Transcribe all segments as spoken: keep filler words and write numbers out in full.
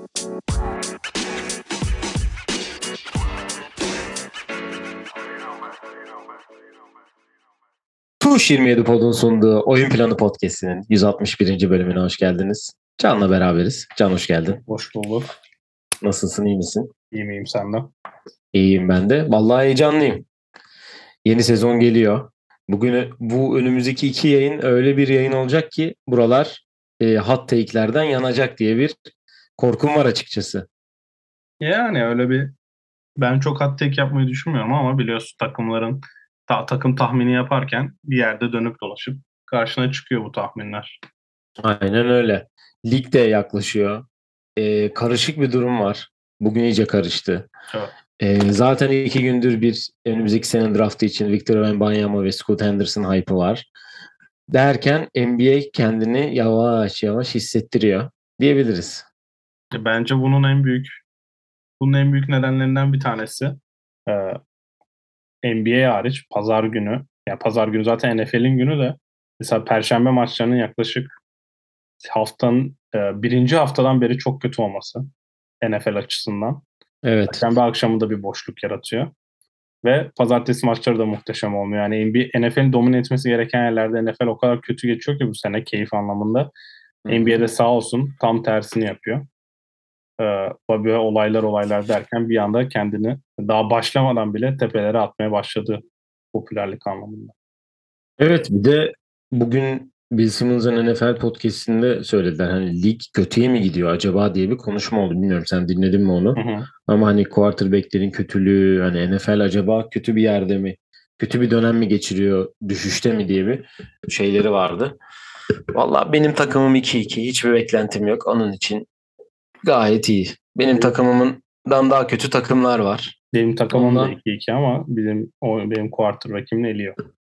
Tuş yirmi yedi Pod'un sunduğu Oyun Planı Podcast'inin yüz altmış birinci bölümüne hoş geldiniz. Can'la beraberiz. Can hoş geldin. Hoş bulduk. Nasılsın, iyi misin? İyi miyim senden? İyiyim ben de. Vallahi heyecanlıyım. Yeni sezon geliyor. Bugün bu önümüzdeki iki yayın öyle bir yayın olacak ki buralar e, hot take'lerden yanacak diye bir korkum var açıkçası. Yani öyle bir ben çok hot take yapmayı düşünmüyorum ama biliyorsun takımların ta, takım tahmini yaparken bir yerde dönüp dolaşıp karşına çıkıyor bu tahminler. Aynen öyle. Lig de yaklaşıyor. E, karışık bir durum var. Bugün iyice karıştı. Evet. E, zaten iki gündür bir önümüzdeki sene draftı için Victor Wembanyama ve Scoot Henderson hype'ı var. Derken N B A kendini yavaş yavaş hissettiriyor diyebiliriz. E, Bence bunun en büyük bunun en büyük nedenlerinden bir tanesi e, N B A hariç pazar günü, ya pazar günü zaten N F L'in günü de mesela Perşembe maçlarının yaklaşık haftanın e, birinci haftadan beri çok kötü olması N F L açısından. Evet. Perşembe akşamı da bir boşluk yaratıyor. Ve pazartesi maçları da muhteşem olmuyor. Yani N B A, N F L'in domine etmesi gereken yerlerde N F L o kadar kötü geçiyor ki bu sene keyif anlamında. Hı-hı. N B A'de sağ olsun tam tersini yapıyor. Ee, böyle olaylar olaylar derken bir anda kendini daha başlamadan bile tepelere atmaya başladı popülerlik anlamında. Evet, bir de bugün Bill Simmons'ın N F L podcast'inde söylediler. Hani lig kötüye mi gidiyor acaba diye bir konuşma oldu. Bilmiyorum sen dinledin mi onu? Hı hı. Ama hani quarterback'lerin kötülüğü, hani N F L acaba kötü bir yerde mi? Kötü bir dönem mi geçiriyor? Düşüşte mi diye bir şeyleri vardı. Vallahi benim takımım iki iki. Hiçbir beklentim yok. Onun için gayet iyi. Benim takımımdan daha kötü takımlar var. Benim takımım da Ondan iki iki ama bizim o benim quarterback'im eliyor.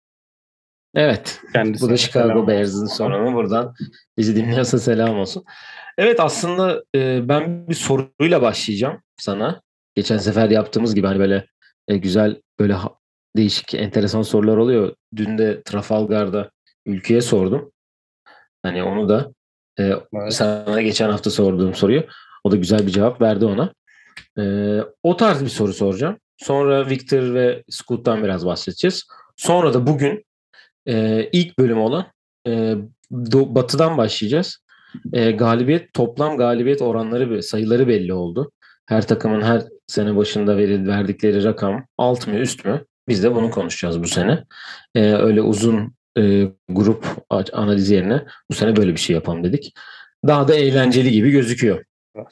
evet. Kendisine Bu da de Chicago selam Bears'ın olsun buradan. sorunu. Buradan bizi dinliyorsa selam olsun. Evet, aslında e, ben bir soruyla başlayacağım sana. Geçen sefer yaptığımız gibi hani böyle e, güzel böyle ha- değişik enteresan sorular oluyor. Dün de Trafalgar'da ülkeye sordum. Hani onu da e, Evet. sana geçen hafta sorduğum soruyu. O da güzel bir cevap verdi ona. E, o tarz bir soru soracağım. Sonra Victor ve Scoot'tan biraz bahsedeceğiz. Sonra da bugün e, ilk bölüm olan e, do- Batı'dan başlayacağız. E, galibiyet toplam galibiyet oranları ve sayıları belli oldu. Her takımın her sene başında veril, verdikleri rakam alt mı üst mü? Biz de bunu konuşacağız bu sene. E, öyle uzun e, grup analizi yerine bu sene böyle bir şey yapalım dedik. Daha da eğlenceli gibi gözüküyor.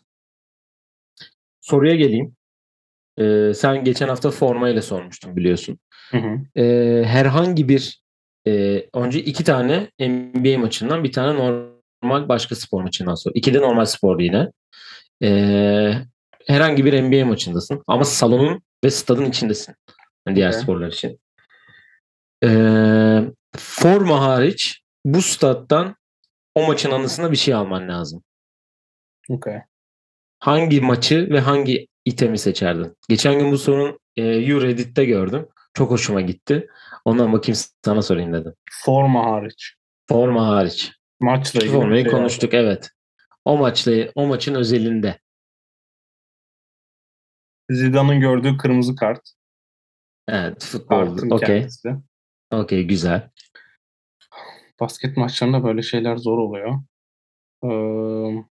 Soruya geleyim. E, sen geçen hafta formayla sormuştun biliyorsun. Hı hı. E, herhangi bir e, önce iki tane N B A maçından bir tane normal başka spor maçından sonra. İki de normal spor yine. E, herhangi bir N B A maçındasın ama salonun ve stadın içindesin. Yani diğer Okay. sporlar için. E, forma hariç bu stat'tan o maçın anısına bir şey alman lazım. Okay. Hangi maçı ve hangi itemi seçerdin? Geçen gün bu sorunun e, Reddit'te gördüm. Çok hoşuma gitti. Ondan bakayım sana sorayım dedim. Forma hariç. Forma hariç. Maçla İki ilgili bir formayı şey konuştuk, aldım. evet. O maçla o maçın özelinde. Zidane'ın gördüğü kırmızı kart. Evet, futbol. Kartın Okey. kendisi. Okey, güzel. Basket maçlarında böyle şeyler zor oluyor. Ee,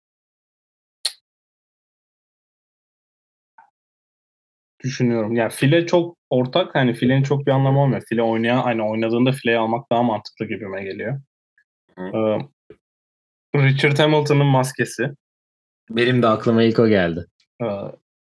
düşünüyorum. Yani file çok ortak. Hani filenin çok bir anlamı olmuyor. File oynayan, hani oynadığında fileyi almak daha mantıklı gibime geliyor. Hı. Ee, Richard Hamilton'ın maskesi. Benim de aklıma ilk o geldi. Ee,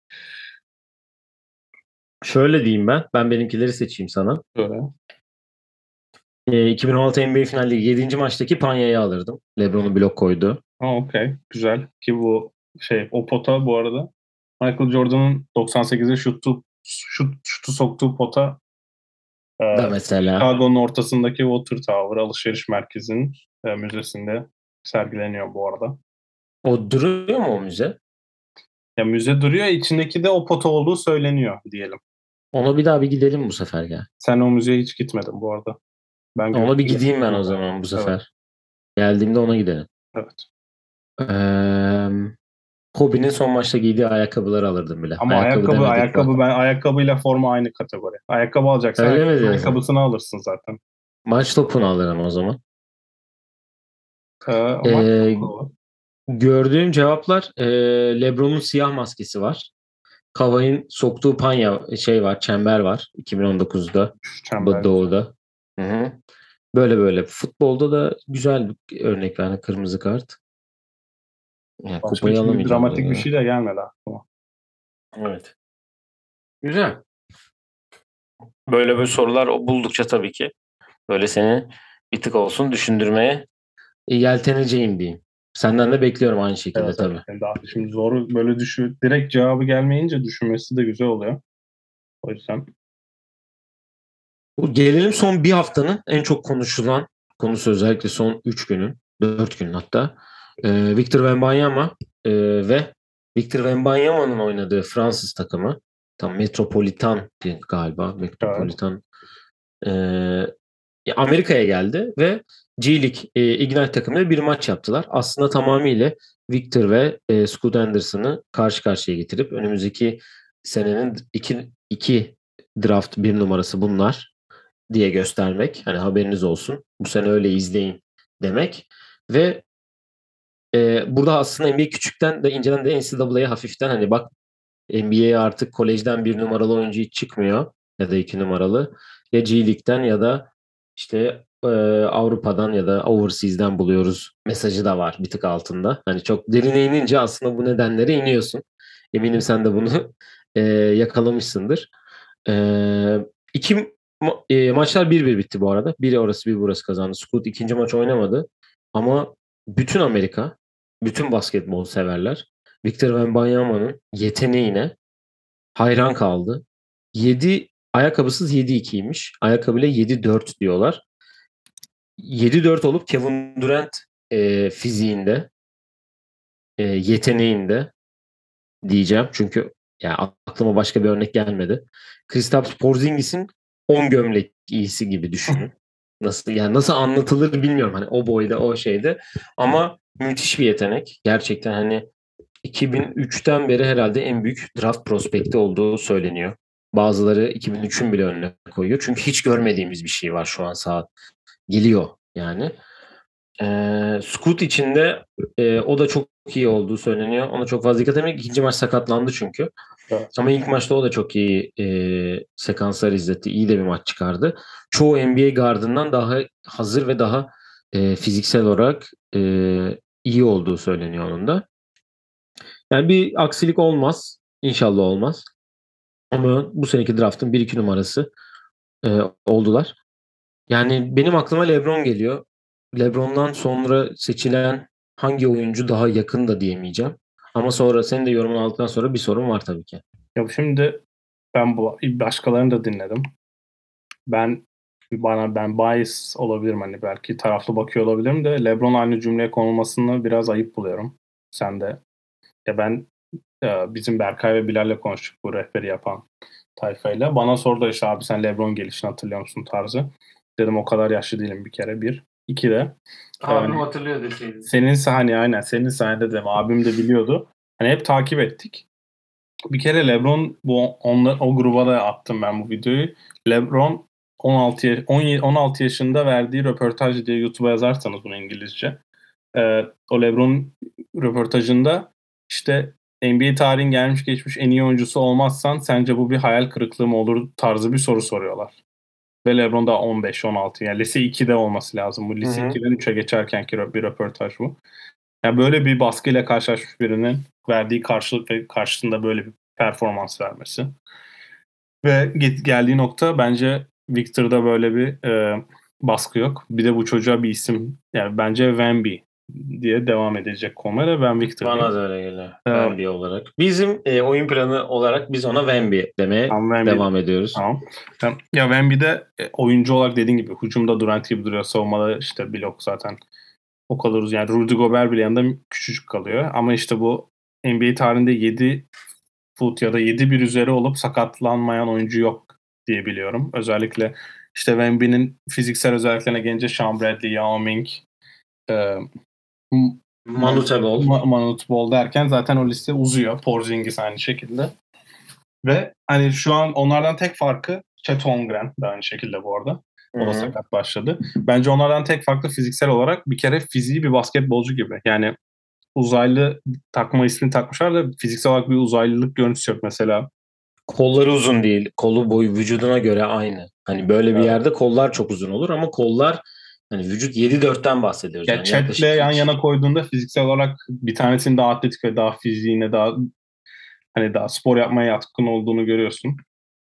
Şöyle diyeyim ben. Ben benimkileri seçeyim sana. böyle. E, iki bin on altı N B A Final Ligi yedinci maçtaki Panya'yı alırdım. LeBron'u blok koydu. Ha, okey. Güzel. Ki bu şey, o pota bu arada Michael Jordan'ın doksan sekize şutu, şut, şutu soktuğu pota e, Da mesela. Chicago'nun ortasındaki Water Tower alışveriş merkezinin e, müzesinde sergileniyor bu arada. O duruyor mu o müze? Ya müze duruyor, içindeki de o pota olduğu söyleniyor diyelim. Ona bir daha bir gidelim bu sefer gel. Sen o müzeye hiç gitmedin bu arada. Ben Ona bir gördüm de gideyim ben o gittim oraya. zaman bu Evet, sefer. Geldiğimde ona gidelim. evet. Ee, Kobe'nin son maçta giydiği ayakkabıları alırdım bile. Ama Ayakkabı ayakkabı, demedik bak. ayakkabı ben ayakkabıyla forma aynı kategori. Ayakkabı alacaksan Öyle mi ayakkabı, diyorsun? ayakkabısını alırsın zaten. Maç topunu alırım o zaman. Ee, ama Ee, çok havalı. gördüğüm cevaplar e, LeBron'un siyah maskesi var. Kavai'nin soktuğu panya şey var, çember var iki bin on dokuzda Şu bu çember güzel. Doğu'da. Hı hı. Böyle böyle. Futbolda da güzel bir örnek yani kırmızı kart. Yani Başka kupayı çünkü alamayacağımıza dramatik bir göre. şey de gelmedi aklıma. Evet. Güzel. Böyle böyle sorular buldukça tabii ki böyle seni bir tık olsun düşündürmeye yelteneceğim diyeyim. Senden de bekliyorum aynı şekilde Evet, evet. tabii. Yani daha şimdi zoru böyle düşün, direkt cevabı gelmeyince düşünmesi de güzel oluyor. O yüzden Bu gelelim son bir haftanın en çok konuşulan konusu özellikle son üç günün, dört günün hatta. Ee, Victor Wembanyama e, ve Victor Wembanyama'nın oynadığı Fransız takımı tam Metropolitan galiba evet. Metropolitan e, Amerika'ya geldi ve G League e, Ignite takımıyla bir maç yaptılar. Aslında tamamıyla Victor ve e, Scoot Anderson'ı karşı karşıya getirip önümüzdeki senenin iki, iki draft bir numarası bunlar diye göstermek. Hani haberiniz olsun. Bu sene öyle izleyin demek. Ve e, burada aslında N B A küçükten de inceden de N C A A'ya hafiften hani bak N B A'ye artık kolejden bir numaralı oyuncu hiç çıkmıyor ya da iki numaralı. Ya G League'den ya da işte e, Avrupa'dan ya da Overseas'den buluyoruz mesajı da var bir tık altında. Hani çok derine inince aslında bu nedenlere iniyorsun. Eminim sen de bunu e, yakalamışsındır. E, iki ma- e, maçlar bir bir bitti bu arada. Biri orası bir burası kazandı. Scoot ikinci maç oynamadı. Ama bütün Amerika, bütün basketbol severler Victor Wembanyama'nın yeteneğine hayran kaldı. Yedi ayakkabısız yedi ikiymiş. Ayakkabıyla yedi dört diyorlar. Yedi dört olup Kevin Durant e, fiziğinde, e, yeteneğinde diyeceğim. Çünkü ya aklıma başka bir örnek gelmedi. Kristaps Porzingis'in on gömlek iyisi gibi düşünün. Nasıl yani nasıl anlatılır bilmiyorum hani o boyda o şeyde ama müthiş bir yetenek. Gerçekten hani iki bin üçten beri herhalde en büyük draft prospekti olduğu söyleniyor. Bazıları iki bin üçün bile önüne koyuyor. Çünkü hiç görmediğimiz bir şey var şu an sağ geliyor yani. Ee, Scoot için de e, o da çok iyi olduğu söyleniyor. Ona çok fazla dikkat etmedik. İkinci maç sakatlandı çünkü. Evet. Ama ilk maçta o da çok iyi e, sekanslar izletti. İyi de bir maç çıkardı. Çoğu N B A gardından daha hazır ve daha e, fiziksel olarak e, iyi olduğu söyleniyor onun da. Yani bir aksilik olmaz. İnşallah olmaz. Ama bu seneki draftın bir iki numarası e, oldular. Yani benim aklıma LeBron geliyor. LeBron'dan sonra seçilen hangi oyuncu daha yakın da diyemeyeceğim. Ama sonra senin de yorumunu aldıktan sonra bir sorun var tabii ki. Ya şimdi ben bu başkalarını da dinledim. Ben bana ben bias olabilirim hani belki taraflı bakıyor olabilirim de LeBron aynı cümleye konulmasını biraz ayıp buluyorum. Sen de. Ya ben e, bizim Berkay ve Bilal'le konuştuk bu rehberi yapan tayfayla. Bana sordu işte abi sen LeBron gelişini hatırlıyor musun tarzı. Dedim o kadar yaşlı değilim bir kere bir. İki de Abim yani hatırlıyor deseydin. senin sahne aynen senin sahnede dedim abim de biliyordu. Hani hep takip ettik. Bir kere LeBron bu onlar o gruba da attım ben bu videoyu. LeBron on altı yaş- on yedi on altı yaşında verdiği röportaj diye YouTube'a yazarsanız bunu İngilizce. Ee, o LeBron röportajında işte N B A tarihin gelmiş geçmiş en iyi oyuncusu olmazsan sence bu bir hayal kırıklığı mı olur tarzı bir soru soruyorlar. Ve LeBron da on beş on altı yani lise ikide olması lazım. Bu Hı lise hı. ikiden üçe geçerkenki rö- bir röportaj bu. Yani böyle bir baskıyla karşılaşmış birinin verdiği karşılık ve karşısında böyle bir performans vermesi. Ve git geldiği nokta bence Victor'da böyle bir e, baskı yok. Bir de bu çocuğa bir isim yani bence Wemby diye devam edecek Komara. Ben Victor Bana diyeyim. da öyle geliyor. E, Wemby olarak. Bizim e, oyun planı olarak biz ona Wemby demeye tamam Wemby. devam ediyoruz. Tamam. Tamam. Ya Wemby'de e, oyuncu olarak dediğin gibi hücumda Durant gibi duruyor. Savunmada işte blok zaten o kadar uzun. Yani Rudy Gobert bile yanında küçücük kalıyor. Ama işte bu N B A tarihinde yedi foot ya da yedi bir üzeri olup sakatlanmayan oyuncu yok diye biliyorum. Özellikle işte Wemby'nin fiziksel özelliklerine gelince Sean Bradley, Yao Ming, e, Manute Bol. Ma- Manute Bol derken zaten o liste uzuyor. Porzingis aynı şekilde. Ve hani şu an onlardan tek farkı Chet Holmgren de aynı şekilde bu arada. O da sakat başladı. Bence onlardan tek farklı fiziksel olarak bir kere fiziği bir basketbolcu gibi. Yani uzaylı takma ismini takmışlar da fiziksel olarak bir uzaylılık görüntüsü yok mesela. Kolları uzun değil. Kolu boyu vücuduna göre aynı. Hani böyle bir Evet. yerde kollar çok uzun olur ama kollar hani vücut yedi dörtten bahsediyoruz. Ya Yani Chet'le yaklaşık yan iki- yana koyduğunda fiziksel olarak bir tanesinin daha atletik ve daha fiziğine daha hani daha spor yapmaya yatkın olduğunu görüyorsun.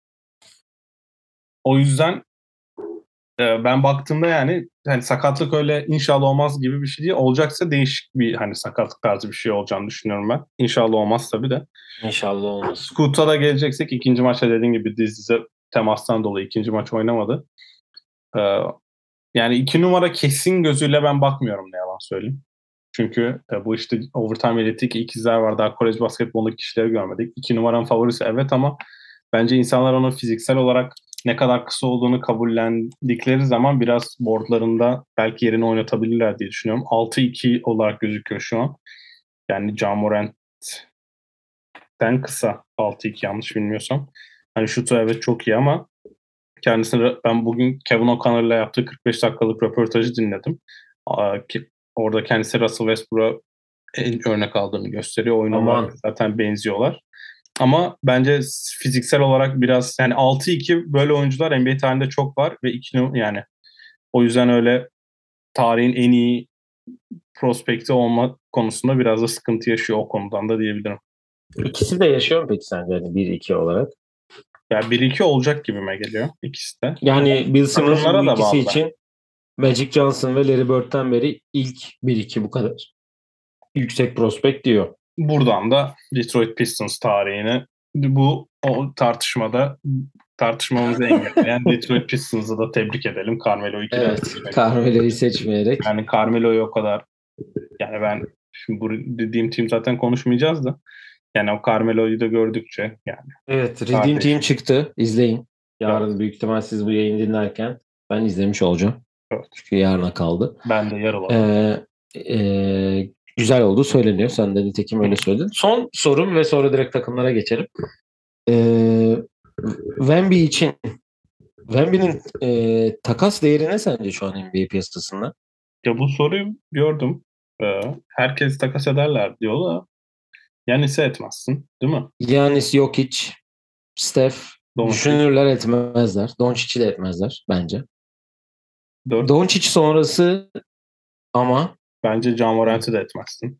O yüzden e, ben baktığımda yani hani sakatlık öyle inşallah olmaz gibi bir şey değil. Olacaksa değişik bir hani sakatlık tarzı bir şey olacağını düşünüyorum ben. İnşallah olmaz tabii de. İnşallah olmaz. Scoot'a da geleceksek ikinci maçta dediğim gibi diz dize temastan dolayı ikinci maç oynamadı. Ee, yani iki numara kesin gözüyle ben bakmıyorum ne yalan söyleyeyim. Çünkü e, bu işte overtime elitlik ikizler var. Daha kolej basketbolundaki kişileri görmedik. İki numaranın favorisi evet ama bence insanlar onun fiziksel olarak ne kadar kısa olduğunu kabullendikleri zaman biraz boardlarında belki yerini oynatabilirler diye düşünüyorum. altı iki olarak gözüküyor şu an. Yani Ja Morant'ten kısa altı iki yanlış bilmiyorsam. Hani şutu evet çok iyi ama kendisini ben bugün Kevin O'Connor'la yaptığı kırk beş dakikalık röportajı dinledim. Aa, ki, orada kendisi Russell Westbrook'a en örnek aldığını gösteriyor. Oyun olarak Aman. zaten benziyorlar. Ama bence fiziksel olarak biraz yani altı iki böyle oyuncular N B A tarihinde çok var ve iki yani o yüzden öyle tarihin en iyi prospekti olma konusunda biraz da sıkıntı yaşıyor o konudan da diyebilirim. İkisi de yaşıyor mu peki sence hani bir iki olarak? Yani bir iki olacak gibime geliyor ikisi de. Yani Bill Simmons bu Takımlara da ikisi bağlı ben. için Magic Johnson ve Larry Bird'den beri ilk bir iki bu kadar. Yüksek prospekt diyor. Buradan da Detroit Pistons tarihini bu o tartışmada tartışmamızı engelleyen Detroit Pistons'ı da tebrik edelim. Carmelo'yu ikiden Evet. Carmelo'yu seçmeyerek. yani Carmelo'yu o kadar yani ben şimdi bu dediğim team zaten konuşmayacağız da yani o Carmelo'yu da gördükçe yani Evet. Redeem kardeş Team çıktı. İzleyin. evet, Yarın büyük ihtimal siz bu yayını dinlerken ben izlemiş olacağım. evet. Çünkü yarına kaldı. Ben de yarıladım. Ee, e, güzel olduğu söyleniyor. Sen de nitekim öyle söyledin. Son sorum ve sonra direkt takımlara geçelim. Ee, Wemby için Wemby'nin e, takas değeri ne sence şu an N B A piyasasında? Ya bu soruyu gördüm. Ee, herkes takas ederler diyor da yani ise etmezsin değil mi? Giannis, Jokic, Steph Doncic düşünürler etmezler. Doncic'i de etmezler bence. dört Doncic sonrası ama bence Ja Morant'ı da etmezsin.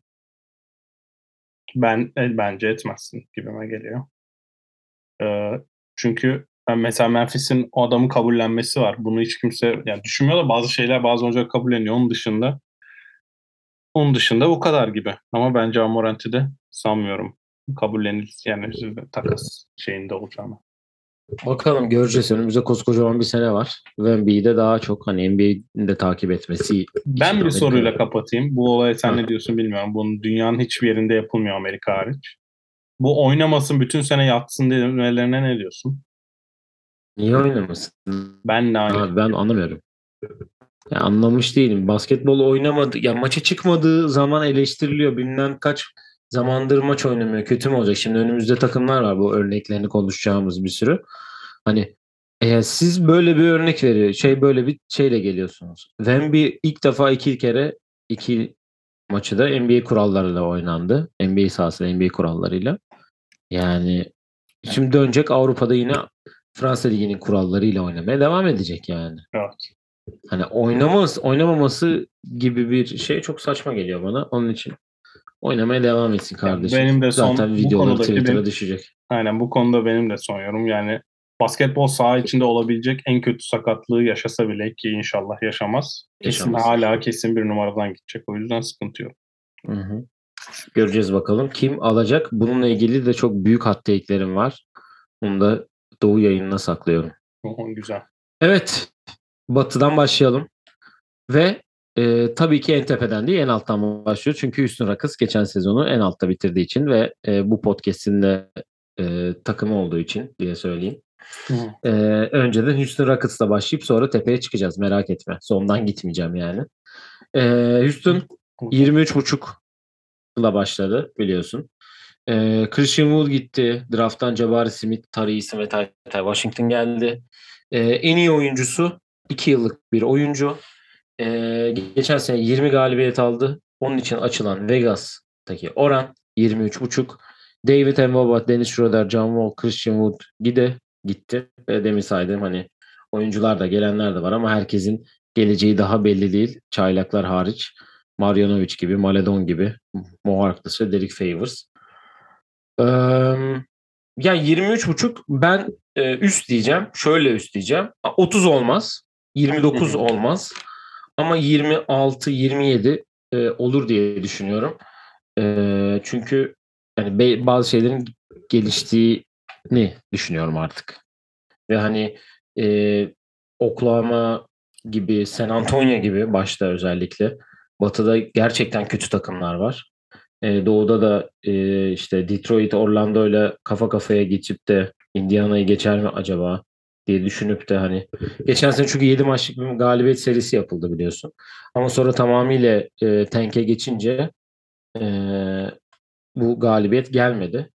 Ben e, bence etmezsin gibime geliyor. Ee, çünkü ben mesela Memphis'in o adamı kabullenmesi var. Bunu hiç kimse yani düşünmüyor da bazı şeyler bazı oyuncular kabulleniyor. Onun dışında onun dışında bu kadar gibi. Ama bence Amorant'i de sanmıyorum kabullenir yani takas şeyinde olacağını. bakalım göreceğiz. Önümüzde koskocaman bir sene var. Wemby'yi de daha çok hani N B A'in de takip etmesi için Ben bir Amerika'da. soruyla kapatayım. Bu olaya sen Ha. ne diyorsun bilmiyorum. Bunun dünyanın hiçbir yerinde yapılmıyor Amerika hariç. Bu oynamasın bütün sene yatsın demelerine ne diyorsun? Niye oynamasın? Ben de aynı. Abi ben anlamıyorum. Ya anlamış değilim. Basketbol oynamadı. Ya maça çıkmadığı zaman eleştiriliyor. Bilmem kaç zamandır maç oynamıyor. Kötü mü olacak? Şimdi önümüzde takımlar var. Bu örneklerini konuşacağımız bir sürü. Hani eğer siz böyle bir örnek veriyor. Şey böyle bir şeyle geliyorsunuz. Wemby ilk defa iki kere iki maçı da N B A kurallarıyla oynandı. N B A sahasında N B A kurallarıyla. Yani şimdi dönecek Avrupa'da yine Fransa Ligi'nin kurallarıyla oynamaya devam edecek yani. Evet. Hani oynaması, oynamaması gibi bir şey çok saçma geliyor bana. Onun için oynamaya devam etsin Yani kardeşim. benim de son Zaten bu videoları konudaki Twitter'a benim düşecek. aynen bu konuda benim de son yorum. Yani basketbol saha içinde olabilecek en kötü sakatlığı yaşasa bile ki inşallah yaşamaz. Kesin Yaşamaz. hala kesin bir numaradan gidecek. O yüzden sıkıntı yok. Hı hı. Göreceğiz bakalım. Kim alacak? Bununla ilgili de çok büyük hot take'lerim var. Bunu da Doğu yayınına saklıyorum. O güzel. Evet. Batı'dan başlayalım. Ve e, tabii ki en tepeden değil en alttan başlıyor. Çünkü Houston Rockets geçen sezonu en altta bitirdiği için ve e, bu podcast'in de e, takımı olduğu için diye söyleyeyim. Hı. E, önceden Houston Rockets'la başlayıp sonra tepeye çıkacağız. Merak etme. Sondan gitmeyeceğim yani. E, Houston yirmi üç buçuk başladı biliyorsun. Ee, Christian Wood gitti. Draft'tan Jabari Smith, Tari Eason ve Ty Ty Washington geldi. Ee, en iyi oyuncusu iki yıllık bir oyuncu. Ee, geçen sene yirmi galibiyet aldı. Onun için açılan Vegas'taki oran yirmi üç buçuk. David Nwaba, Dennis Schroeder, John Wall, Christian Wood gide gitti. Ve demin saydığım hani oyuncular da gelenler de var ama herkesin geleceği daha belli değil. Çaylaklar hariç. Marjanovic gibi, Maledon gibi, Mo Harkless ve Derek Favors. Ee, ya yirmi üç buçuk ben e, üst diyeceğim. Şöyle üst diyeceğim. otuz olmaz. yirmi dokuz olmaz. Ama yirmi altı yirmi yedi e, olur diye düşünüyorum. E, çünkü yani be- bazı şeylerin geliştiğini düşünüyorum artık. Ve hani e, Oklahoma gibi, San Antonio gibi başta özellikle Batı'da gerçekten kötü takımlar var. E, doğu'da da e, işte Detroit, Orlando ile kafa kafaya geçip de Indiana'yı geçer mi acaba diye düşünüp de hani geçen sene çünkü yedi maçlık bir galibiyet serisi yapıldı biliyorsun. Ama sonra tamamıyla e, tank'e geçince e, bu galibiyet gelmedi.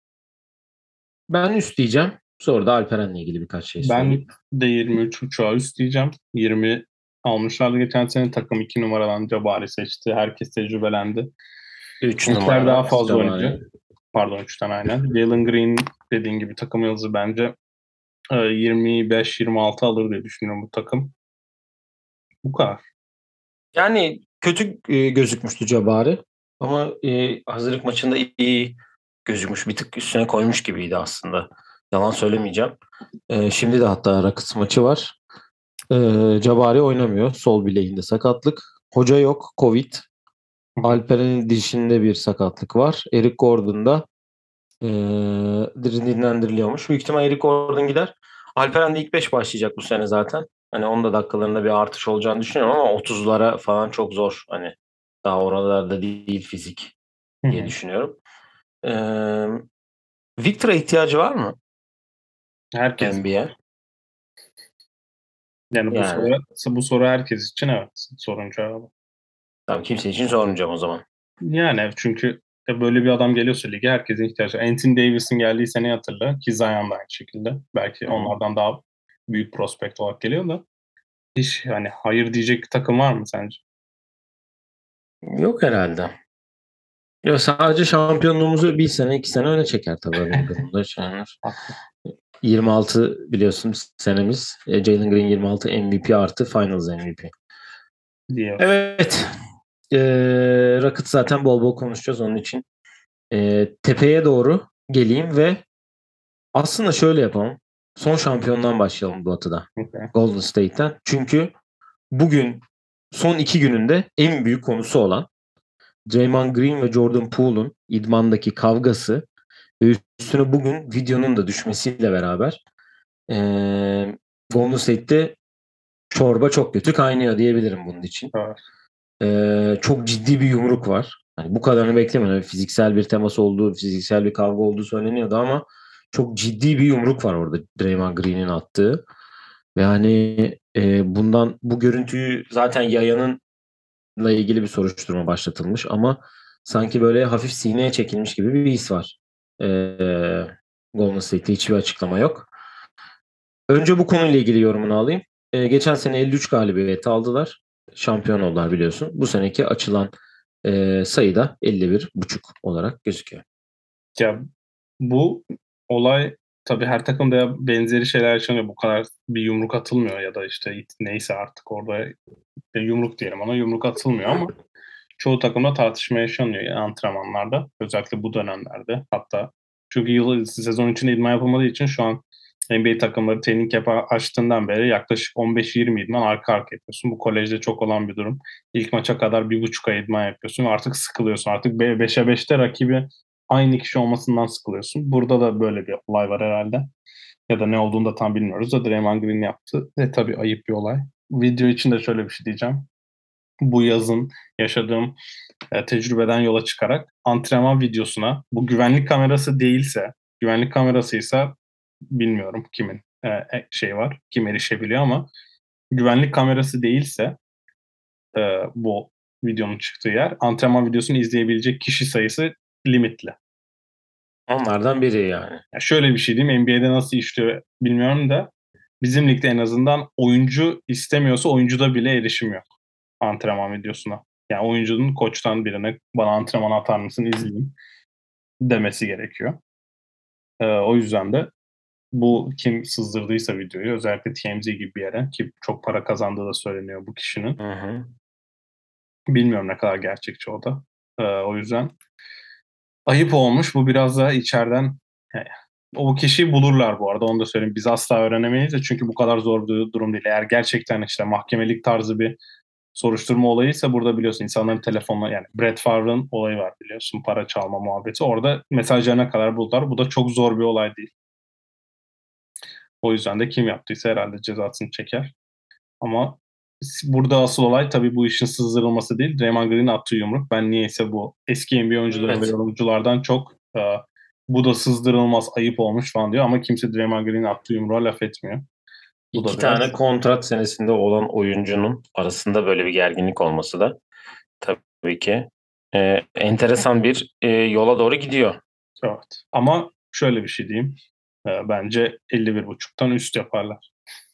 Ben üst diyeceğim. Sonra da Alperen'le ilgili birkaç şey söyleyeyim. Ben de yirmi üç uçağı üst diyeceğim. yirmi almışlardı geçen sene. Takım iki numaradan Jabari seçti. Herkes tecrübelendi. üç Nickler daha numara fazla Jabari. oynayacak. Pardon üçten aynen. Jalen Green dediğin gibi takım yıldızı bence e, yirmi beş yirmi altı alır diye düşünüyorum bu takım. Bu kadar. Yani kötü e, gözükmüştü Jabari. Ama e, hazırlık maçında iyi gözükmüş. Bir tık üstüne koymuş gibiydi aslında. Yalan söylemeyeceğim. E, şimdi de hatta Rockets maçı var. E, Jabari oynamıyor. Sol bileğinde sakatlık. Hoca yok. Covid. Alperen'in dişinde bir sakatlık var. Eric Gordon da e, dinlendiriliyormuş. Büyük ihtimal Eric Gordon gider. Alperen de ilk beş başlayacak bu sene zaten. Hani onun da dakikalarında bir artış olacağını düşünüyorum ama otuzlara falan çok zor. Hani daha oralarda değil fizik Hı diye hı. düşünüyorum. Ee, Victor'a ihtiyacı var mı Herkes. N B A? Yani bu Yani soru bu soru herkes için evet sorun cevabı. tamam kimse için sormayacağım o zaman. Yani çünkü e, böyle bir adam geliyorsa lige herkesin ihtiyacı var. Anthony Davis'in geldiği seneyi hatırla ki Zion da aynı şekilde. Belki Hı hı. onlardan daha büyük prospekt olarak geliyor da hiç yani hayır diyecek bir takım var mı sence? Yok herhalde. Yok, sadece şampiyonluğumuzu bir sene iki sene öne çeker tabii öyle bir durumda. Yani Haklı. yirmi altı biliyorsun senemiz. E, Jalen Green yirmi altı M V P artı Finals M V P. Diyor. Evet. E, Rocket zaten bol bol konuşacağız onun için. E, tepeye doğru geleyim ve aslında şöyle yapalım. Son şampiyondan başlayalım bu Batı'da. Okay. Golden State'ten. Çünkü bugün son iki gününde en büyük konusu olan Draymond Green ve Jordan Poole'un idmandaki kavgası ve üstüne bugün videonun da düşmesiyle beraber e, Golden State'te çorba çok kötü kaynıyor diyebilirim bunun için. Evet. Ee, çok ciddi bir yumruk var. Hani bu kadarını beklemiyordum. Fiziksel bir temas olduğu, fiziksel bir kavga olduğu söyleniyordu ama çok ciddi bir yumruk var orada Draymond Green'in attığı. Ve hani e, bundan bu görüntüyü zaten yayanınla ilgili bir soruşturma başlatılmış ama sanki böyle hafif sineye çekilmiş gibi bir his var. Ee, Golden State'te hiçbir açıklama yok. Önce bu konuyla ilgili yorumunu alayım. Ee, geçen sene elli üç galibiyet aldılar. Şampiyon oldular biliyorsun. Bu seneki açılan e, sayı da elli bir buçuk olarak gözüküyor. Ya bu olay tabii her takımda benzeri şeyler yaşanıyor. Bu kadar bir yumruk atılmıyor ya da işte it- neyse artık orada e, yumruk diyelim ona yumruk atılmıyor ama çoğu takımda tartışma yaşanıyor yani antrenmanlarda. Özellikle bu dönemlerde. Hatta çünkü yıl sezon içinde idman yapılmadığı için şu an N B A takımları training camp açtığından beri yaklaşık on beş yirmi idman arka arka yapıyorsun. Bu kolejde çok olan bir durum. İlk maça kadar bir buçuk ay idman yapıyorsun. Artık sıkılıyorsun. Artık beşe beşte rakibi aynı kişi olmasından sıkılıyorsun. Burada da böyle bir olay var herhalde. Ya da ne olduğunu da tam bilmiyoruz da Draymond Green yaptı. Ve tabii ayıp bir olay. Video için de şöyle bir şey diyeceğim. Bu yazın yaşadığım e, tecrübeden yola çıkarak antrenman videosuna bu güvenlik kamerası değilse, güvenlik kamerasıysa bilmiyorum kimin e, e, şey var, kim erişebiliyor ama güvenlik kamerası değilse e, bu videonun çıktığı yer. Antrenman videosunu izleyebilecek kişi sayısı limitli. Onlardan biri yani. Ya şöyle bir şey diyeyim, N B A'de nasıl işliyor bilmiyorum da bizim ligde en azından oyuncu istemiyorsa oyuncuda bile erişim yok antrenman videosuna. Yani oyuncunun koçtan birine bana antrenman atar mısın izleyeyim demesi gerekiyor. Ee, o yüzden de bu kim sızdırdıysa videoyu özellikle T M Z gibi bir yere ki çok para kazandığı da söyleniyor bu kişinin. Hı hı. Bilmiyorum ne kadar gerçekçi o da. Ee, o yüzden ayıp olmuş. Bu biraz da içeriden yani, o kişiyi bulurlar bu arada onu da söyleyeyim. Biz asla öğrenemeyiz de çünkü bu kadar zor bir durum değil. Eğer gerçekten işte mahkemelik tarzı bir soruşturma olayıysa burada biliyorsun insanların telefonla yani Brett Favre'ın olayı var biliyorsun para çalma muhabbeti. Orada mesajlarına kadar buldular. Bu da çok zor bir olay değil. O yüzden de kim yaptıysa herhalde cezasını çeker. Ama burada asıl olay tabii bu işin sızdırılması değil. Draymond Green'in attığı yumruk. Ben niyeyse bu eski N B A oyuncuları Evet. ve yorumculardan çok e, bu da sızdırılmaz ayıp olmuş falan diyor. Ama kimse Draymond Green'in attığı yumruğa laf etmiyor. Bu da İki biraz tane kontrat senesinde olan oyuncunun arasında böyle bir gerginlik olması da tabii ki e, enteresan bir e, yola doğru gidiyor. evet. Ama şöyle bir şey diyeyim. E, bence elli bir buçuktan üst yaparlar.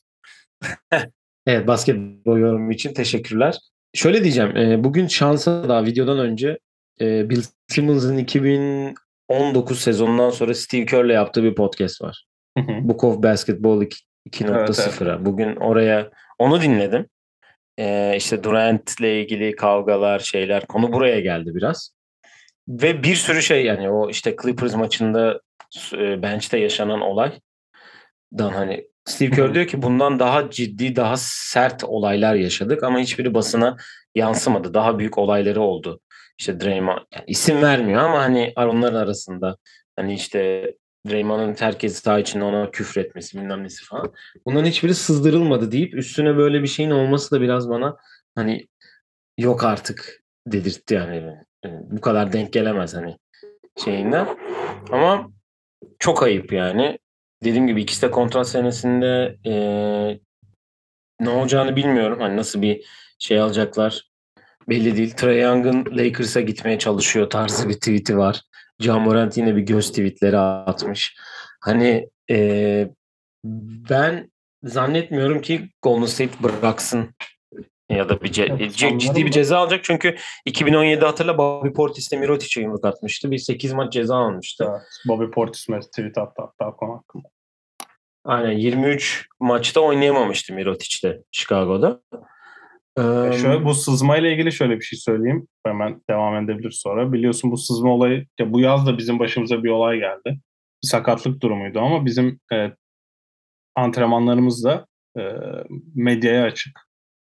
Evet, basketbol yorumu için teşekkürler. Şöyle diyeceğim. e, bugün şansa da videodan önce e, Bill Simmons'ın iki bin on dokuz sezonundan sonra Steve Kerr'le yaptığı bir podcast var. Hı hı. Book of Basketball iki nokta Evet, evet. sıfıra. Bugün oraya onu dinledim. E, işte Durant'le ilgili kavgalar, şeyler. Konu buraya geldi biraz. Ve bir sürü şey yani o işte Clippers maçında e, bench'te yaşanan olaydan hani Steve Hı Kerr hı. diyor ki bundan daha ciddi, daha sert olaylar yaşadık ama hiçbiri basına yansımadı. Daha büyük olayları oldu. İşte Draymond yani isim vermiyor ama hani onların arasında hani işte Draymond'un herkesi saha içinde ona küfretmesi bilmem nesi falan. Bunların hiçbiri sızdırılmadı deyip üstüne böyle bir şeyin olması da biraz bana hani yok artık dedirtti yani. Yani bu kadar denk gelemez hani şeyinden. Ama çok ayıp yani. Dediğim gibi ikisi de kontrat senesinde eee, ne olacağını bilmiyorum. Hani nasıl bir şey alacaklar belli değil. Trae Young'ın Lakers'a gitmeye çalışıyor tarzı bir tweet'i var. Ja Morant yine bir göz tweetleri atmış. Hani eee, ben zannetmiyorum ki Golden State bıraksın ya da bir ce- Evet, ce- ciddi sanmıyorum bir da. ceza alacak çünkü iki bin on yedi hatırla Bobby Portis'te Mirotic'e yumruk atmıştı. Bir sekiz maç ceza almıştı. Evet. Bobby Portis tweet attı hatta konu hakkında. Aynen yirmi üç maçta oynayamamıştı Mirotic'te Chicago'da. E Ee, şöyle, bu sızma ile ilgili şöyle bir şey söyleyeyim. Hemen devam edebilir sonra. Biliyorsun bu sızma olayı ya bu yaz da bizim başımıza bir olay geldi. Bir sakatlık durumuydu ama bizim e, antrenmanlarımız da e, medyaya açık.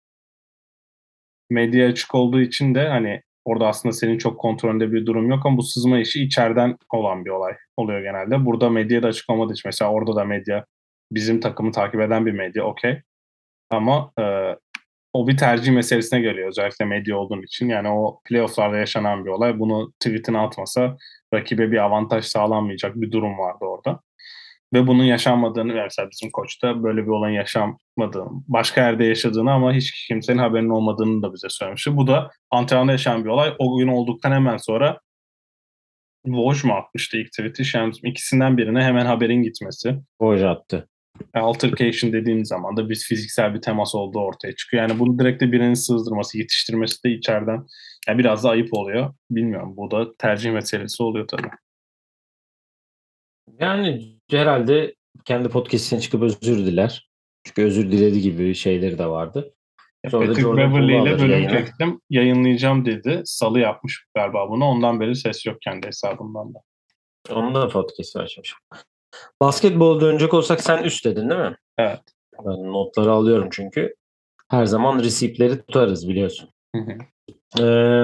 Medyaya açık olduğu için de hani orada aslında senin çok kontrolünde bir durum yok ama bu sızma işi içeriden olan bir olay oluyor genelde. Burada medyaya da açık olmadığı için mesela orada da medya bizim takımı takip eden bir medya okey. Ama e, o bir tercih meselesine geliyor özellikle medya olduğun için. Yani o playofflarda yaşanan bir olay. Bunu tweetine atmasa rakibe bir avantaj sağlanmayacak bir durum vardı orada. Ve bunun yaşanmadığını mesela bizim koç da böyle bir olayın yaşanmadığını, başka yerde yaşadığını ama hiç kimsenin haberinin olmadığını da bize söylemişti. Bu da antrenmanda yaşanan bir olay. O gün olduktan hemen sonra Woj mu atmıştı ilk tweet'i? Shams ikisinden birine hemen haberin gitmesi. Gol attı. Altercation dediğim zaman da biz fiziksel bir temas olduğu ortaya çıkıyor. Yani bunu direkt de birinin sızdırması, yetiştirmesi de içeriden yani biraz da ayıp oluyor. Bilmiyorum. Bu da tercih meselesi oluyor tabii. Yani herhalde kendi podcast'ine çıkıp özür diler. Çünkü özür diledi gibi şeyleri de vardı. Sonra da Patrick Jordan Beverley Poole'u ile alır bölüm yayına. çektim. Yayınlayacağım dedi. Salı yapmış galiba bunu. Ondan beri ses yok kendi hesabından da. Onun da podcast'ı açmış. Basketbola dönecek olsak sen üst dedin değil mi? Evet. Ben notları alıyorum çünkü. Her zaman receipt'leri tutarız biliyorsun. Hı hı. Ee,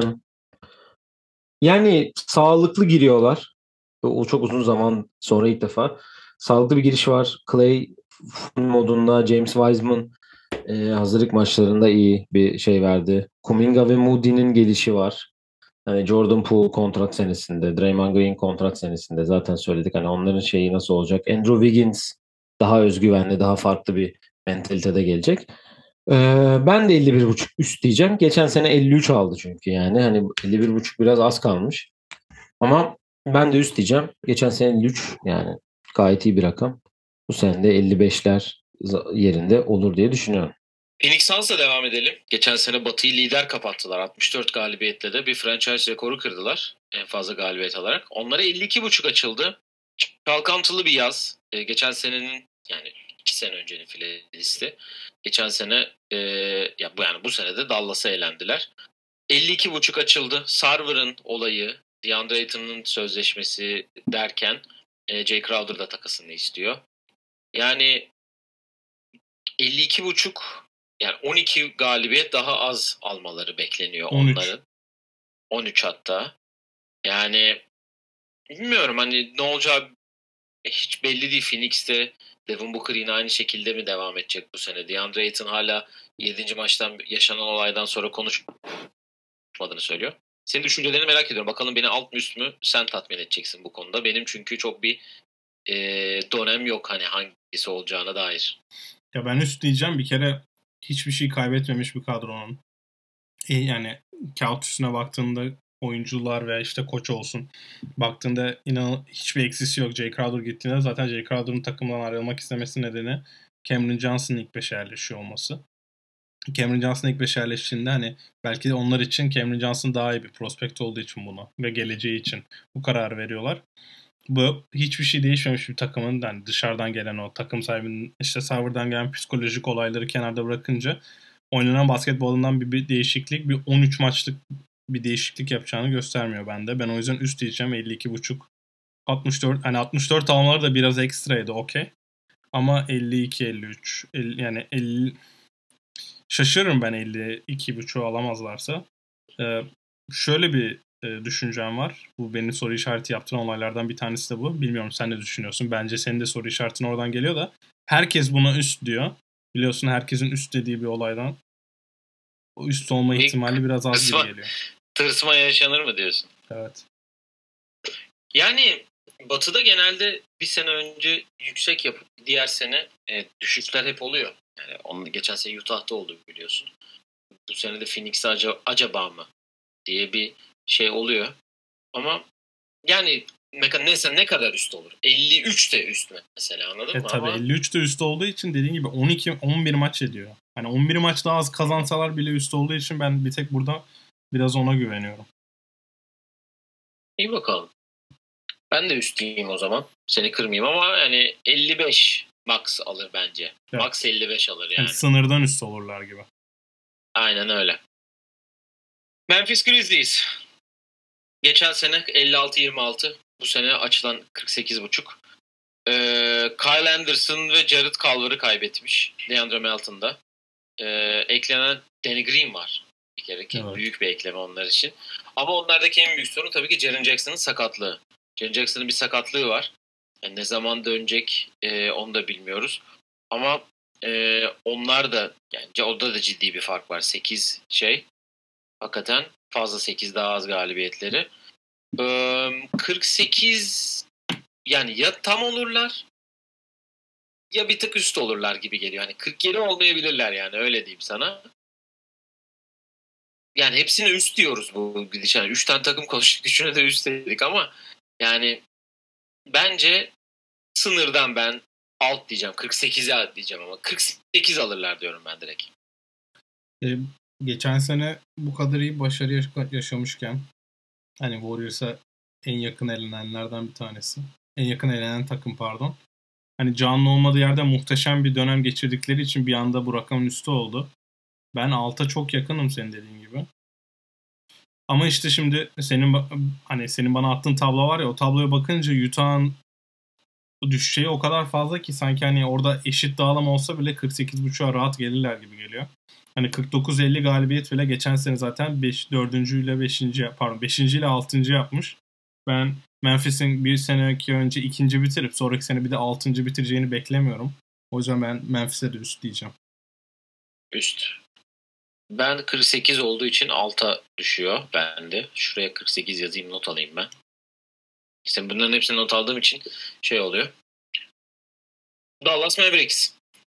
yani sağlıklı giriyorlar. O çok uzun zaman sonra ilk defa. Sağlıklı bir giriş var. Clay modunda James Wiseman e, hazırlık maçlarında iyi bir şey verdi. Kuminga ve Moody'nin gelişi var. Yani Jordan Poole kontrat senesinde, Draymond Green kontrat senesinde zaten söyledik. Hani onların şeyi nasıl olacak? Andrew Wiggins daha özgüvenli, daha farklı bir mentalitede gelecek. Ee, ben de elli bir buçuk üst diyeceğim. Geçen sene elli üç aldı çünkü yani. Hani elli bir buçuk biraz az kalmış. Ama ben de üst diyeceğim. Geçen sene elli üç yani gayet iyi bir rakam. Bu sene de elli beşler yerinde olur diye düşünüyorum. Phoenix Suns'la devam edelim. Geçen sene Batı'yı lider kapattılar. altmış dört galibiyetle de bir franchise rekoru kırdılar. En fazla galibiyet alarak. Onlara elli iki buçuk açıldı. Çalkantılı bir yaz. Ee, geçen senenin yani iki sene öncenin finalisti. Geçen sene e, ya bu yani bu sene de Dallas'a elendiler. elli iki buçuk açıldı. Sarver'ın olayı, DeAndre Ayton'un sözleşmesi derken e, Jay Crowder da takasını istiyor. Yani elli iki buçuk yani on iki galibiyet daha az almaları bekleniyor on üç. onların. on üç hatta. Yani bilmiyorum hani ne olacağı hiç belli değil. Phoenix'te Devin Booker yine aynı şekilde mi devam edecek bu sene? DeAndre Ayton hala yedinci maçtan yaşanan olaydan sonra konuşmadığını söylüyor. Senin düşüncelerini merak ediyorum. Bakalım beni alt mı üst mü sen tatmin edeceksin bu konuda. Benim çünkü çok bir e, dönem yok hani hangisi olacağına dair. Ya ben üst diyeceğim, bir kere hiçbir şey kaybetmemiş bir kadronun. E, yani kağıt üstüne baktığında oyuncular veya işte koç olsun baktığında inan hiçbir eksisi yok. Jay Crowder gittiğinde zaten Jay Crowder'ın takımdan ayrılmak istemesi nedeni Cameron Johnson'ın ilk beşe yerleşiyor olması. Cameron Johnson ilk beşe yerleştiğinde hani belki de onlar için Cameron Johnson daha iyi bir prospekt olduğu için bunu ve geleceği için bu kararı veriyorlar. Bu hiçbir şey değişmemiş bir takımın yani dışarıdan gelen o takım sahibinin işte serverdan gelen psikolojik olayları kenarda bırakınca oynanan basketbolundan bir, bir değişiklik, bir on üç maçlık bir değişiklik yapacağını göstermiyor bende. Ben o yüzden üst diyeceğim elli iki buçuk. altmış dört hani altmış dört almaları da biraz ekstraydı, okey. Ama elli iki elli üç yani elli şaşırırım ben elli iki buçuğu alamazlarsa. Ee, şöyle bir e, düşüncem var. Bu benim soru işareti yaptıran olaylardan bir tanesi de bu. Bilmiyorum sen ne düşünüyorsun? Bence senin de soru işaretin oradan geliyor da. Herkes buna üst diyor. Biliyorsun herkesin üst dediği bir olaydan. O üst olma Bir ihtimali biraz az tırsma, gibi geliyor. Tırsma yaşanır mı diyorsun? Evet. Yani Batı'da genelde bir sene önce yüksek yapıp diğer sene e, düşüşler hep oluyor. Yani onun geçen sene Utah'ta oldu biliyorsun. Bu sene de Phoenix'te acaba, acaba mı diye bir şey oluyor. Ama yani ne, ne kadar üst olur? elli üç de üst mü mesela, anladın E mı? tabii Ama elli üç de üst olduğu için dediğin gibi on iki on bir maç ediyor. Hani on bir maç daha az kazansalar bile üst olduğu için ben bir tek burada biraz ona güveniyorum. iyi bakalım. Ben de üst diyeyim o zaman. Seni kırmayayım ama yani elli beş max alır bence. Evet. Max elli beş alır yani. Yani sınırdan üst olurlar gibi. Aynen öyle. Memphis Grizzlies. Geçen sene elli altı yirmi altı. Bu sene açılan kırk sekiz buçuk. Ee, Kyle Anderson ve Jared Culver'ı kaybetmiş. DeAndre Melton'da. Ee, eklenen Danny Green var. Bir kere ki Evet. büyük bir ekleme onlar için. Ama onlardaki en büyük sorun tabii ki Jaren Jackson'ın sakatlığı. Jaren Jackson'ın bir sakatlığı var. Yani ne zaman dönecek e, onu da bilmiyoruz. Ama e, onlar da yani orada da ciddi bir fark var. sekiz şey. Hakikaten fazla sekiz daha az galibiyetleri. Ee, kırk sekiz yani ya tam olurlar ya bir tık üst olurlar gibi geliyor. Hani kırk yedi olmayabilirler yani öyle diyeyim sana. Yani hepsine üst diyoruz bu gidişe. Yani üç tane takım konuştuk, üçüne de üst dedik ama yani bence sınırdan ben alt diyeceğim. kırk sekize diyeceğim ama kırk sekiz alırlar diyorum ben direkt. Ee, geçen sene bu kadar iyi başarı yaşamışken hani Warriors'a en yakın elenenlerden bir tanesi. En yakın elenen takım pardon. Hani canlı olmadığı yerde muhteşem bir dönem geçirdikleri için bir anda bu rakamın üstü oldu. Ben alta çok yakınım senin dediğin gibi. Ama işte şimdi senin hani senin bana attığın tablo var ya, o tabloya bakınca Utah'ın düşeceği o kadar fazla ki sanki hani orada eşit dağılım olsa bile kırk sekiz buçuğa rahat gelirler gibi geliyor. Hani kırk dokuz elli galibiyet bile geçen sene zaten beş, dördüncü ile beşinci pardon beşinci ile altıncı yapmış. Ben Memphis'in bir seneki önce ikinci bitirip sonraki sene bir de altıncı bitireceğini beklemiyorum. O yüzden ben Memphis'e de üst diyeceğim. Üst. Ben kırk sekiz olduğu için alta düşüyor bende. Şuraya kırk sekiz yazayım, not alayım ben. İşte bunların hepsini not aldığım için şey oluyor. Dallas Mavericks.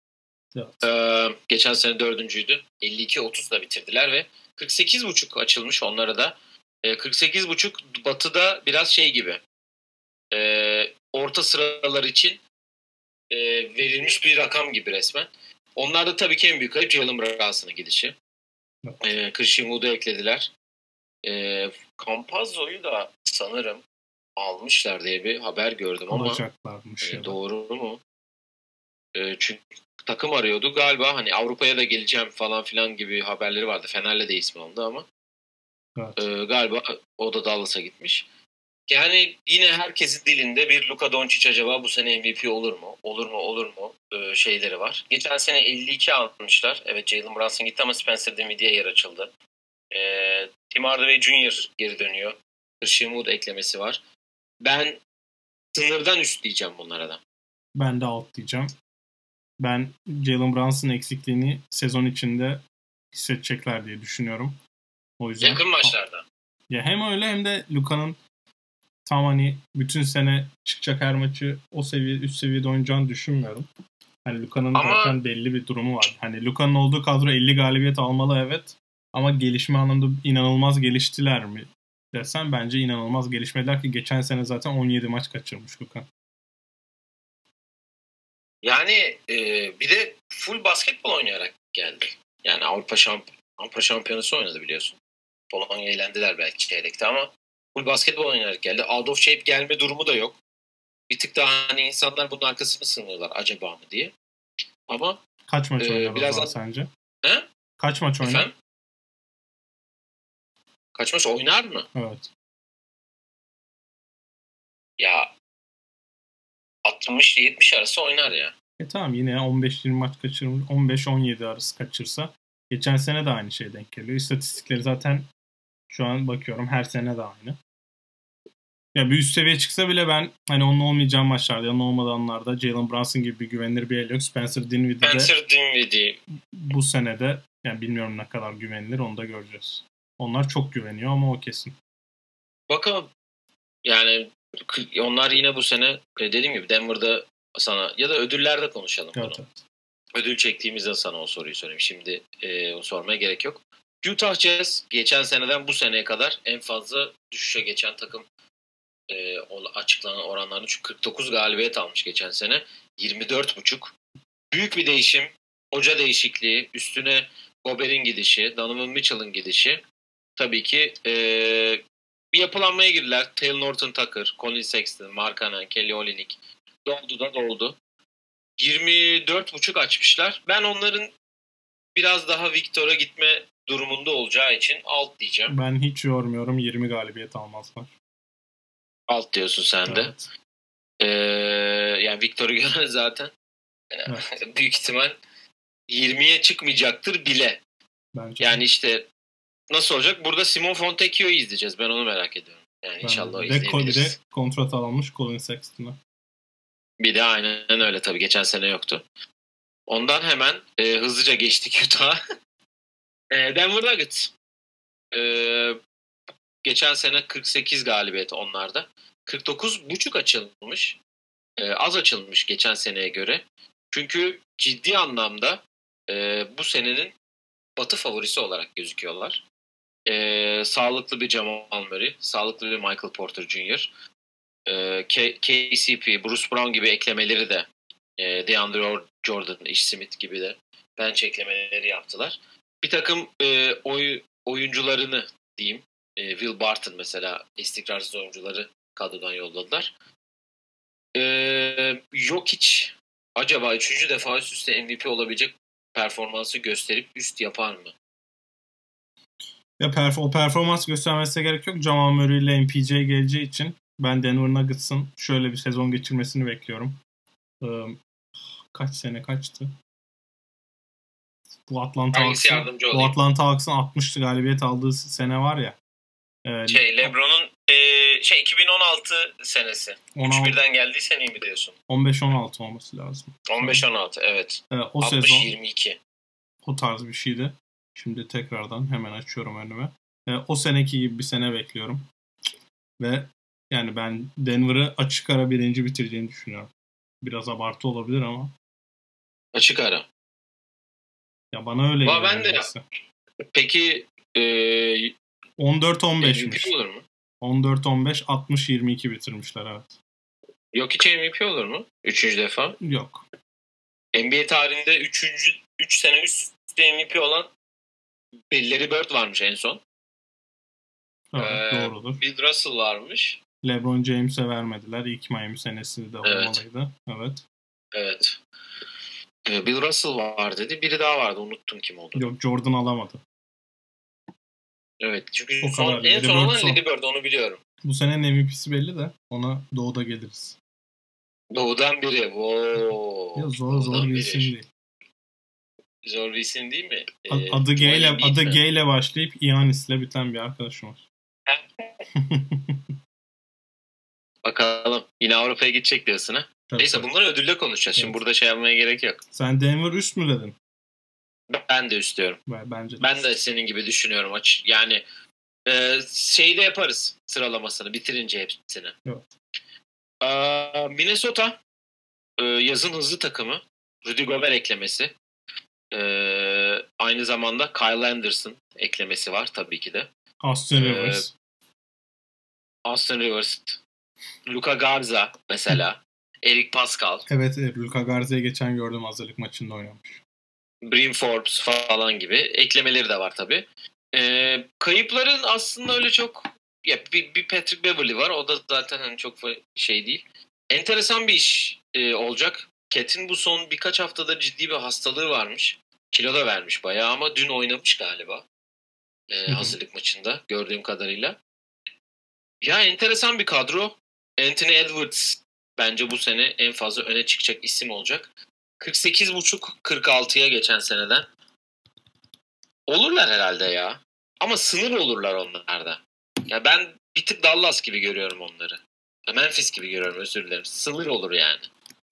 Evet. Ee, geçen sene dördüncüydü. elli iki otuzla bitirdiler ve kırk sekiz buçuk açılmış onlara da. Ee, kırk sekiz buçuk Batı'da biraz şey gibi. Ee, orta sıralar için e, verilmiş bir rakam gibi resmen. Onlarda tabii ki en büyük kayıp Jalen Brunson'ın gidişi. Evet. Ee, Christian Wood'u eklediler. Ee, Campazzo'yu da sanırım almışlar diye bir haber gördüm ama Alacaklarmış e, ya da. doğru mu? E, çünkü takım arıyordu galiba, hani Avrupa'ya da geleceğim falan filan gibi haberleri vardı. Fener'le de ismi oldu ama Evet. e, galiba o da Dallas'a gitmiş. Yani yine herkesin dilinde bir Luka Doncic acaba bu sene M V P olur mu? Olur mu? Olur mu? E, şeyleri var. Geçen sene elli iki almışlar. Evet, Jalen Brunson gitti ama Spencer Dinwiddie'ye yer açıldı. E, Tim Hardaway Junior geri dönüyor. Christian Wood eklemesi var. Ben sınırdan üst diyeceğim bunlara da. Ben de alt diyeceğim. Ben Jalen Brunson'ın eksikliğini sezon içinde hissedecekler diye düşünüyorum. O yüzden Yakın maçlarda. ya hem öyle hem de Luka'nın tam hani bütün sene çıkacak her maçı o seviye üst seviyede oynayacağını düşünmüyorum. Hani Luka'nın Ama... zaten belli bir durumu var. Hani Luka'nın olduğu kadro elli galibiyet almalı evet. Ama gelişme anlamında inanılmaz geliştiler mi desem bence inanılmaz gelişmediler ki geçen sene zaten on yedi maç kaçırmış Luka. Yani e, bir de full basketbol oynayarak geldi. Yani Avrupa, şamp Avrupa şampiyonası oynadı biliyorsun. Polonya eğlendiler belki çeyrekte ama full basketbol oynayarak geldi. Out of shape gelme durumu da yok. Bir tık daha hani insanlar bunun arkasını sığınıyorlar acaba mı diye. Ama kaç maç e, oynadı biraz o zaman az... sence? He? Kaç maç oynadı? Efendim? Kaç maç oynar mı? Evet. Ya altmış yetmiş arası oynar ya. E tamam yine on beş yirmi maç kaçırmış. on beş on yedi arası kaçırsa. Geçen sene de aynı şey denk geliyor. İstatistikleri zaten şu an bakıyorum her sene de aynı. Ya bir üst seviye çıksa bile ben hani onun olmayacağı maçlarda ya olmadığı anlarda Jalen Brunson gibi bir güvenilir bir el yok. Spencer Dinwiddie de Spencer Dinwiddie bu senede yani bilmiyorum ne kadar güvenilir onu da göreceğiz. Onlar çok güveniyor ama o kesin. Bakalım. Yani onlar yine bu sene dediğim gibi Denver'da sana ya da ödüllerde konuşalım Evet, bunu. evet. Ödül çektiğimizde sana o soruyu sorayım. Şimdi e, onu sormaya gerek yok. Utah Jazz geçen seneden bu seneye kadar en fazla düşüşe geçen takım e, açıklanan oranlarını, çünkü kırk dokuz galibiyet almış geçen sene. yirmi dört buçuk. Büyük bir değişim. Hoca değişikliği. Üstüne Gobert'in gidişi. Donovan Mitchell'ın gidişi. Tabii ki e, bir yapılanmaya girdiler. Taylor Norton Tucker, Colin Sexton, Markkanen, Kelly Olynyk. Doldu da doldu. yirmi dört buçuk açmışlar. Ben onların biraz daha Victor'a gitme durumunda olacağı için alt diyeceğim. Ben hiç yormuyorum. yirmi galibiyet almazlar. Alt diyorsun sen de. Evet. Ee, yani Victor'u gören zaten Evet. büyük ihtimal yirmiye çıkmayacaktır bile. Bence yani işte nasıl olacak? Burada Simon Fontecchio'yu izleyeceğiz. Ben onu merak ediyorum. Yani ben inşallah o de. izleyebiliriz. Bir de kontrat alınmış Colin Sexton'a. Bir de aynen öyle tabii. Geçen sene yoktu. Ondan hemen e, hızlıca geçtik Utah'a. e, Denver Nuggets. E, geçen sene kırk sekiz galibiyet onlarda. kırk dokuz buçuk açılmış. E, az açılmış geçen seneye göre. Çünkü ciddi anlamda e, bu senenin Batı favorisi olarak gözüküyorlar. E, sağlıklı bir Jamal Murray, sağlıklı bir Michael Porter Junior E, K- KCP, Bruce Brown gibi eklemeleri de e, DeAndre Jordan, Ish Smith gibi de bench eklemeleri yaptılar. Bir takım e, oy, oyuncularını diyeyim. E, Will Barton mesela istikrarsız oyuncuları kadrodan yolladılar. E, Jokic acaba üçüncü defa üst üste M V P olabilecek performansı gösterip üst yapar mı? Ya perf- o performans göstermesine gerek yok. Jamal Murray ile M P J geleceği için ben Denver Nuggets'ın şöyle bir sezon geçirmesini bekliyorum. Ee, kaç sene kaçtı? Bu Atlanta Hawks'ın bu Atlanta Hawks'ın altmış galibiyet aldığı sene var ya. E, şey LeBron'un e, şey iki bin on altı senesi. üç birden geldiği seneyi mi diyorsun? on beş on altı olması lazım. on beş on altı evet. Ee, o altmış sezon yirmi iki. O tarz bir şeydi. Şimdi tekrardan hemen açıyorum önüme. Ee, o seneki gibi bir sene bekliyorum. Ve yani ben Denver'ı açık ara birinci bitireceğini düşünüyorum. Biraz abartı olabilir ama. Açık ara. Ya bana öyle Ama ben de neyse. Peki e, on dört on M V beşmiş. P olur mu? on dört on beş altmış yirmi iki bitirmişler evet. Yok hiç M V P olur mu? Üçüncü defa. Yok. N B A tarihinde üçüncü üç sene üst üste M V P olan Larry Bird varmış en son. Evet Ee, doğrudur. Bill Russell varmış. LeBron James'e vermediler. İlk Miami senesi de Evet. olmalıydı. Evet. Evet. Ee, Bill Russell var dedi. Biri daha vardı. Unuttum kim olduğunu. Yok Jordan alamadı. Evet. Çünkü O son, kadar. en Larry son Bird olan son. Larry Bird. Onu biliyorum. Bu senenin M V P'si belli de ona doğuda geliriz. Doğudan biri. Wow. Ya zor zor Doğudan bir biri. isim değil. Zor bir isim değil mi? Ee, Ad- Adı G ile Joel adı Embiid G mi? ile başlayıp Giannis'le biten bir arkadaşım var. Bakalım. Yine Avrupa'ya gidecek diyorsun ha? Tabii, Neyse tabii. bunları ödülle konuşacağız. Şimdi Evet. burada şey yapmaya gerek yok. Sen Denver üst mü dedin? Ben de istiyorum. Ben- Bence de. Ben de senin gibi düşünüyorum. Aç yani e, şeyi de yaparız sıralamasını bitirince hepsini. Evet. Aa, Minnesota e, yazın hızlı takımı. Rudy Gobert eklemesi. E, aynı zamanda Kyle Anderson eklemesi var tabii ki de. Austin Ee, Rivers. Austin Rivers, Luka Garza mesela, Eric Pascal, Evet, evet Luka Garzia'yı geçen gördüm hazırlık maçında oynamış. Bryn Forbes falan gibi eklemeleri de var tabii. Ee, kayıpların aslında öyle çok ya bir, bir Patrick Beverley var. O da zaten hani çok şey değil. Enteresan bir iş e, olacak. Cat'in bu son birkaç haftada ciddi bir hastalığı varmış. Kilo da vermiş bayağı ama dün oynamış galiba. E, hazırlık maçında gördüğüm kadarıyla. Ya enteresan bir kadro. Anthony Edwards bence bu sene en fazla öne çıkacak isim olacak. kırk sekiz buçuk kırk altıya geçen seneden. Olurlar herhalde ya. Ama sınır olurlar onlarda. Ya ben bir tık Dallas gibi görüyorum onları. Memphis gibi görüyorum, özür dilerim. Sınır olur yani.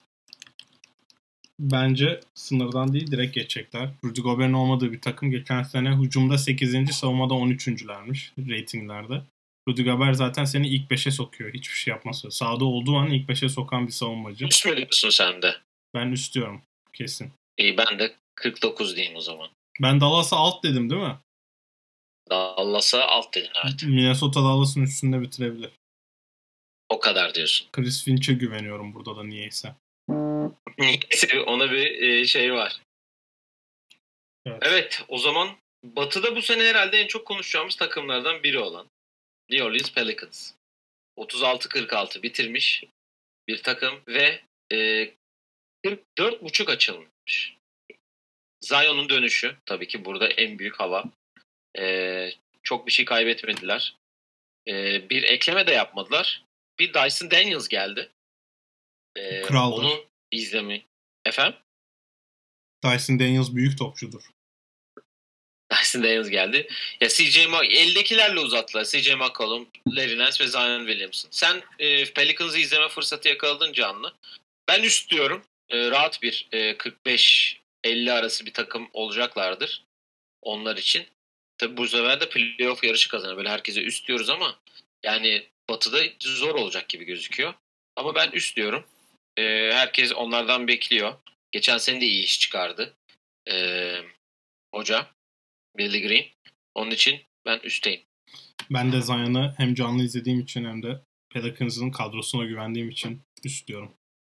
Bence sınırdan değil direkt geçecekler. Rudy Gobert'in olmadığı bir takım geçen sene hücumda sekizinci savunmada on üçüncülermiş ratinglerde. Rudy Gobert zaten seni ilk beşe sokuyor. Hiçbir şey yapmasa. Sahada olduğu an ilk beşe sokan bir savunmacı. Üst mü diyorsun sen de? Ben üst diyorum. Kesin. İyi ben de kırk dokuz diyeyim o zaman. Ben Dallas'a alt dedim değil mi? Dallas'a alt dedin evet. Minnesota Dallas'ın üstünde bitirebilir. O kadar diyorsun. Chris Finch'e güveniyorum burada da niyeyse. Neyse ona bir e, şey var. Evet. Evet o zaman Batı'da bu sene herhalde en çok konuşacağımız takımlardan biri olan New Orleans Pelicans. otuz altı kırk altı bitirmiş bir takım ve e, kırk dört buçuk açılmış. Zion'un dönüşü tabii ki burada en büyük hava. E, çok bir şey kaybetmediler. E, bir ekleme de yapmadılar. Bir Dyson Daniels geldi. E, Kraldır. onu izlemeyi. Efendim? Dyson Daniels büyük topçudur. Dyson Daniels geldi. Ya C J Ma- eldekilerle uzattılar. C J McCollum, Larry Nance ve Zion Williamson. Sen e, Pelicans'ı izleme fırsatı yakaladın canlı. Ben üst diyorum. E, rahat bir e, kırk beş elli arası bir takım olacaklardır. Onlar için. Tabi bu sefer de playoff yarışı kazanır. Böyle herkese üst diyoruz ama yani Batı'da zor olacak gibi gözüküyor. Ama ben üst diyorum. E, herkes onlardan bekliyor. Geçen sene de iyi iş çıkardı. E, hoca. Billy Green. Onun için ben üstteyim. Ben de Zion'ı hem canlı izlediğim için hem de Pelicans'ın kadrosuna güvendiğim için üst diyorum.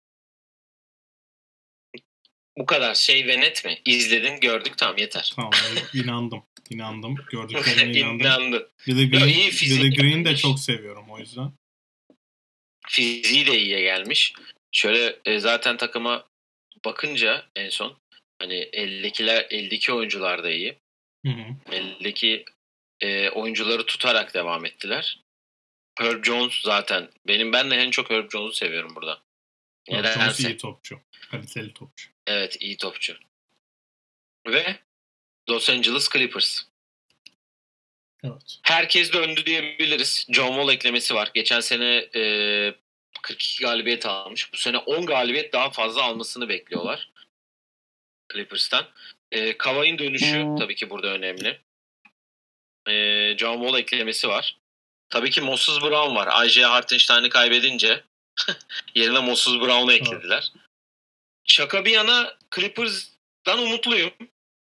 Bu kadar şey ve net mi? İzledin, gördük, tamam yeter. Tamam, inandım. İnandım. Gördüklerime inandım. İnandım. Billy Green, Yo, iyi fiziği Billy Green'i de gelmiş. çok seviyorum o yüzden. Fiziği de iyiye gelmiş. Şöyle e, zaten takıma bakınca en son hani eldekiler eldeki oyuncular da iyi. Hı hı. Eldeki e, oyuncuları tutarak devam ettiler. Herb Jones zaten benim ben de en çok Herb Jones'u seviyorum burada. Herb Jones Nedense. iyi topçu. Kaliteli topçu. Evet, iyi topçu. Ve Los Angeles Clippers. Evet. Herkes döndü diyebiliriz. John Wall eklemesi var. Geçen sene e, kırk iki galibiyet almış. Bu sene on galibiyet daha fazla almasını bekliyorlar Clippers'tan. E, Kawhi'nin dönüşü tabii ki burada önemli. E, John Wall eklemesi var. Tabii ki Moses Brown var. I J Hartenstein'ı kaybedince yerine Moses Brown'u eklediler. Evet. Şaka bir yana Clippers'dan umutluyum.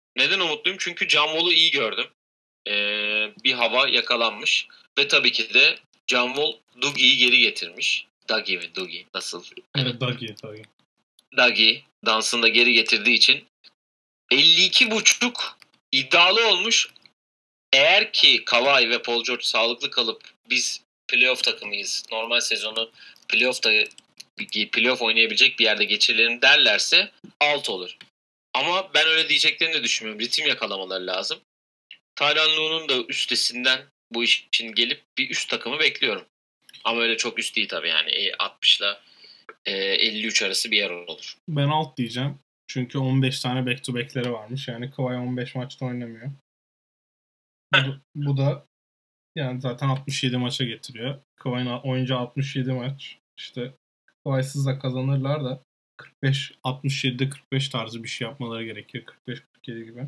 Neden umutluyum? Çünkü John Wall'u iyi gördüm. Ee, bir hava yakalanmış. Ve tabii ki de John Wall Dougie'yi geri getirmiş. Dougie mi? Dougie. Nasıl? Evet, Dougie. Dougie. Dougie dansında geri getirdiği için elli iki buçuk iddialı olmuş. Eğer ki Kawhi ve Paul George sağlıklı kalıp biz playoff takımıyız, normal sezonu playoff'ta playoff oynayabilecek bir yerde geçirelim derlerse alt olur. Ama ben öyle diyeceklerini de düşünmüyorum. Ritim yakalamaları lazım. Tyronn Lue'nun da üstesinden bu iş için gelip bir üst takımı bekliyorum. Ama öyle çok üst değil tabii yani. altmışla elli üç arası bir yer olur. Ben alt diyeceğim. Çünkü on beş tane back to back'leri varmış. Yani Kawhi on beş maçta oynamıyor. Bu da, bu da yani zaten altmış yedi maça getiriyor. Kawhi'nin oyuncu altmış yedi maç. İşte Kawhi'sız da kazanırlar da kırk beş altmış yedide kırk beş tarzı bir şey yapmaları gerekiyor. kırk beş kırk yedi gibi.